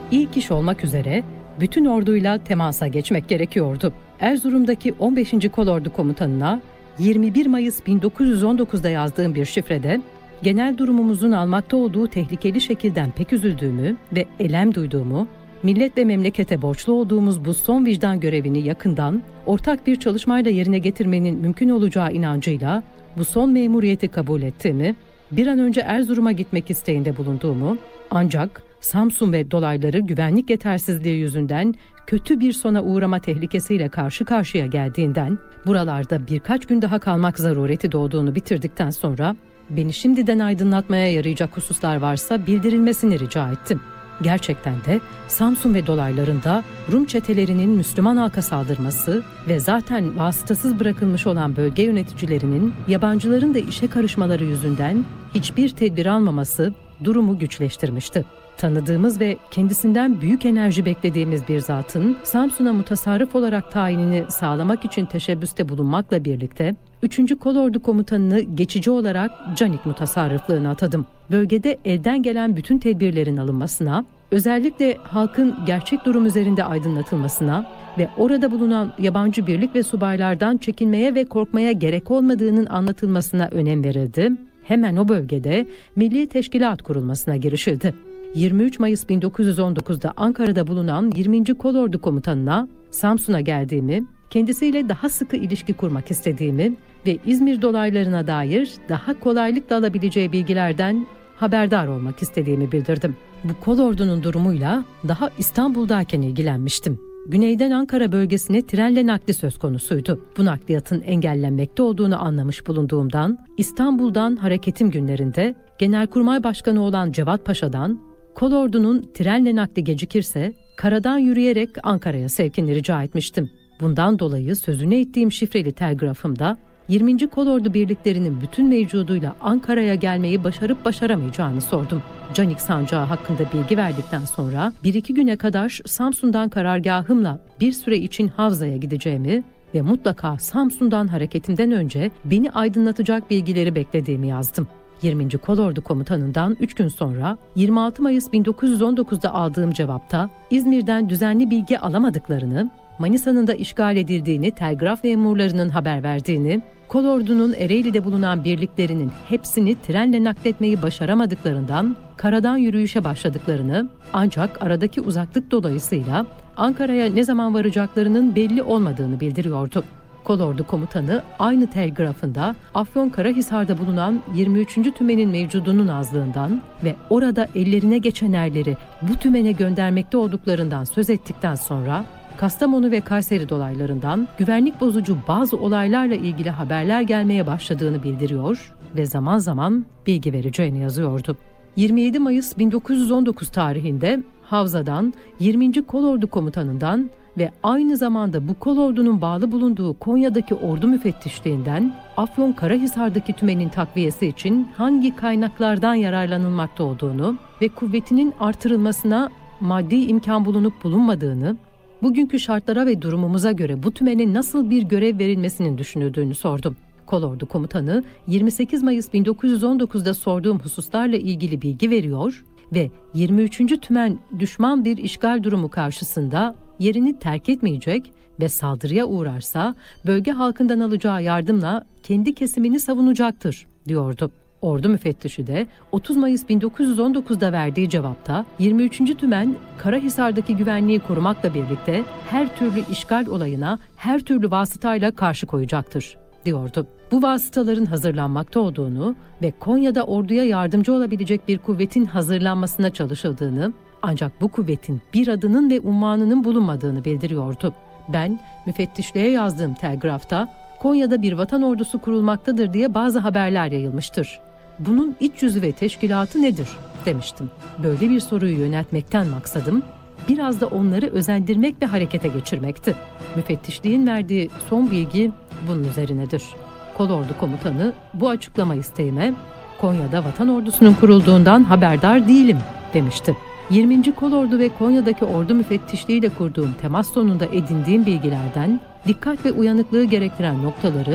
İlk iş olmak üzere bütün orduyla temasa geçmek gerekiyordu. Erzurum'daki on beşinci Kolordu Komutanı'na yirmi bir Mayıs bin dokuz yüz on dokuz'da yazdığım bir şifrede genel durumumuzun almakta olduğu tehlikeli şekilden pek üzüldüğümü ve elem duyduğumu, millet ve memlekete borçlu olduğumuz bu son vicdan görevini yakından, ortak bir çalışmayla yerine getirmenin mümkün olacağı inancıyla bu son memuriyeti kabul ettiğimi, bir an önce Erzurum'a gitmek isteğinde bulunduğumu, ancak Samsun ve dolayları güvenlik yetersizliği yüzünden kötü bir sona uğrama tehlikesiyle karşı karşıya geldiğinden, buralarda birkaç gün daha kalmak zarureti doğduğunu bitirdikten sonra, beni şimdiden aydınlatmaya yarayacak hususlar varsa bildirilmesini rica ettim. Gerçekten de Samsun ve dolaylarında Rum çetelerinin Müslüman halka saldırması ve zaten vasıtasız bırakılmış olan bölge yöneticilerinin yabancıların da işe karışmaları yüzünden hiçbir tedbir almaması durumu güçleştirmişti. Tanıdığımız ve kendisinden büyük enerji beklediğimiz bir zatın Samsun'a mutasarrıf olarak tayinini sağlamak için teşebbüste bulunmakla birlikte üçüncü Kolordu Komutanını geçici olarak Canik mutasarrıflığına atadım. Bölgede elden gelen bütün tedbirlerin alınmasına, özellikle halkın gerçek durum üzerinde aydınlatılmasına ve orada bulunan yabancı birlik ve subaylardan çekinmeye ve korkmaya gerek olmadığının anlatılmasına önem verildi. Hemen o bölgede Milli Teşkilat kurulmasına girişildi. yirmi üç Mayıs bin dokuz yüz on dokuz'da Ankara'da bulunan yirminci Kolordu Komutanı'na Samsun'a geldiğimi, kendisiyle daha sıkı ilişki kurmak istediğimi ve İzmir dolaylarına dair daha kolaylıkla alabileceği bilgilerden haberdar olmak istediğimi bildirdim. Bu kolordunun durumuyla daha İstanbul'dayken ilgilenmiştim. Güneyden Ankara bölgesine trenle nakli söz konusuydu. Bu nakliyatın engellenmekte olduğunu anlamış bulunduğumdan, İstanbul'dan hareketim günlerinde Genelkurmay Başkanı olan Cevat Paşa'dan, kolordunun trenle nakli gecikirse karadan yürüyerek Ankara'ya sevkini rica etmiştim. Bundan dolayı sözünü ettiğim şifreli telgrafımda yirminci Kolordu birliklerinin bütün mevcuduyla Ankara'ya gelmeyi başarıp başaramayacağını sordum. Canik sancağı hakkında bilgi verdikten sonra bir iki güne kadar Samsun'dan karargahımla bir süre için Havza'ya gideceğimi ve mutlaka Samsun'dan hareketimden önce beni aydınlatacak bilgileri beklediğimi yazdım. yirminci Kolordu Komutanı'ndan üç gün sonra yirmi altı Mayıs bin dokuz yüz on dokuz'da aldığım cevapta İzmir'den düzenli bilgi alamadıklarını, Manisa'nın da işgal edildiğini telgraf memurlarının haber verdiğini, Kolordu'nun Ereğli'de bulunan birliklerinin hepsini trenle nakletmeyi başaramadıklarından karadan yürüyüşe başladıklarını, ancak aradaki uzaklık dolayısıyla Ankara'ya ne zaman varacaklarının belli olmadığını bildiriyordu. Kolordu Komutanı aynı telgrafında Afyonkarahisar'da bulunan yirmi üçüncü tümenin mevcudunun azlığından ve orada ellerine geçen erleri bu tümene göndermekte olduklarından söz ettikten sonra Kastamonu ve Kayseri dolaylarından güvenlik bozucu bazı olaylarla ilgili haberler gelmeye başladığını bildiriyor ve zaman zaman bilgi vereceğini yazıyordu. yirmi yedi Mayıs bin dokuz yüz on dokuz tarihinde Havza'dan yirminci Kolordu Komutanı'ndan ve aynı zamanda bu kolordunun bağlı bulunduğu Konya'daki ordu müfettişliğinden Afyonkarahisar'daki tümenin takviyesi için hangi kaynaklardan yararlanılmakta olduğunu ve kuvvetinin artırılmasına maddi imkan bulunup bulunmadığını, bugünkü şartlara ve durumumuza göre bu tümene nasıl bir görev verilmesinin düşünüldüğünü sordum. Kolordu Komutanı yirmi sekiz Mayıs bin dokuz yüz on dokuz'da sorduğum hususlarla ilgili bilgi veriyor ve yirmi üçüncü tümen düşman bir işgal durumu karşısında yerini terk etmeyecek ve saldırıya uğrarsa bölge halkından alacağı yardımla kendi kesimini savunacaktır diyordu. Ordu müfettişi de otuz Mayıs bin dokuz yüz on dokuz'da verdiği cevapta yirmi üçüncü tümen Karahisar'daki güvenliği korumakla birlikte her türlü işgal olayına her türlü vasıtayla karşı koyacaktır diyordu. Bu vasıtaların hazırlanmakta olduğunu ve Konya'da orduya yardımcı olabilecek bir kuvvetin hazırlanmasına çalışıldığını, ancak bu kuvvetin bir adının ve unvanının bulunmadığını bildiriyordu. Ben müfettişliğe yazdığım telgrafta Konya'da bir vatan ordusu kurulmaktadır diye bazı haberler yayılmıştır. Bunun iç yüzü ve teşkilatı nedir demiştim. Böyle bir soruyu yöneltmekten maksadım biraz da onları özendirmek ve harekete geçirmekti. Müfettişliğin verdiği son bilgi bunun üzerinedir. Kolordu Komutanı bu açıklama isteğime Konya'da vatan ordusunun kurulduğundan haberdar değilim demişti. yirminci Kolordu ve Konya'daki ordu müfettişliği ile kurduğum temas sonunda edindiğim bilgilerden dikkat ve uyanıklığı gerektiren noktaları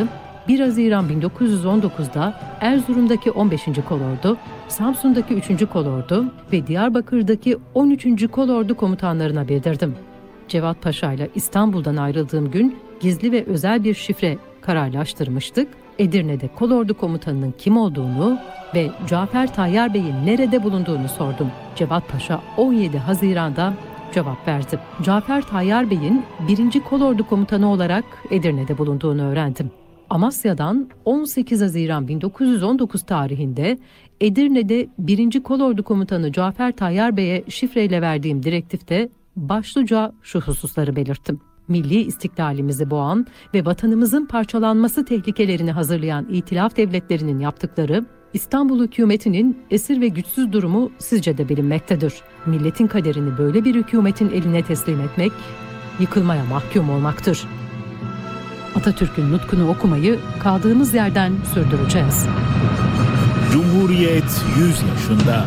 bir Haziran bin dokuz yüz on dokuzda Erzurum'daki on beşinci Kolordu, Samsun'daki üçüncü Kolordu ve Diyarbakır'daki on üçüncü Kolordu komutanlarına bildirdim. Cevat Paşa ile İstanbul'dan ayrıldığım gün gizli ve özel bir şifre kararlaştırmıştık. Edirne'de Kolordu komutanının kim olduğunu ve Cafer Tayyar Bey'in nerede bulunduğunu sordum. Cevat Paşa on yedi Haziran'da cevap verdi. Cafer Tayyar Bey'in birinci Kolordu komutanı olarak Edirne'de bulunduğunu öğrendim. Amasya'dan on sekiz Haziran bin dokuz yüz on dokuz tarihinde Edirne'de birinci Kolordu komutanı Cafer Tayyar Bey'e şifreyle verdiğim direktifte başlıca şu hususları belirttim. Milli istiklalimizi boğan ve vatanımızın parçalanması tehlikelerini hazırlayan İtilaf devletlerinin yaptıkları, İstanbul hükümetinin esir ve güçsüz durumu sizce de bilinmektedir. Milletin kaderini böyle bir hükümetin eline teslim etmek, yıkılmaya mahkum olmaktır. Atatürk'ün nutkunu okumayı kaldığımız yerden sürdüreceğiz. Cumhuriyet yüz yaşında.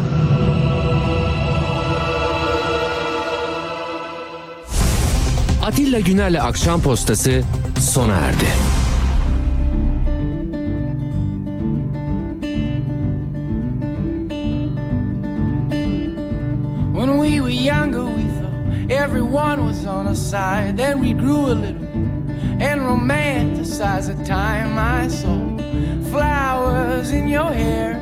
Atilla Güner'le Akşam Postası sona erdi. When we were younger, we thought everyone was on our side. Then we grew a little and romanticized the time. I saw flowers in your hair.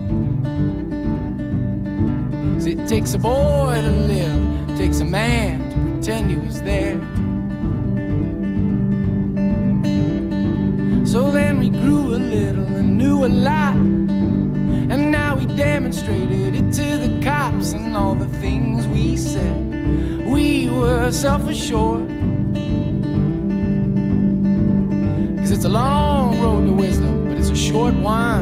'Cause it takes a boy to live, it takes a man to pretend he was there. So then we grew a little and knew a lot, and now we demonstrated it to the cops and all the things we said. We were self-assured, 'cause it's a long road to wisdom, but it's a short one.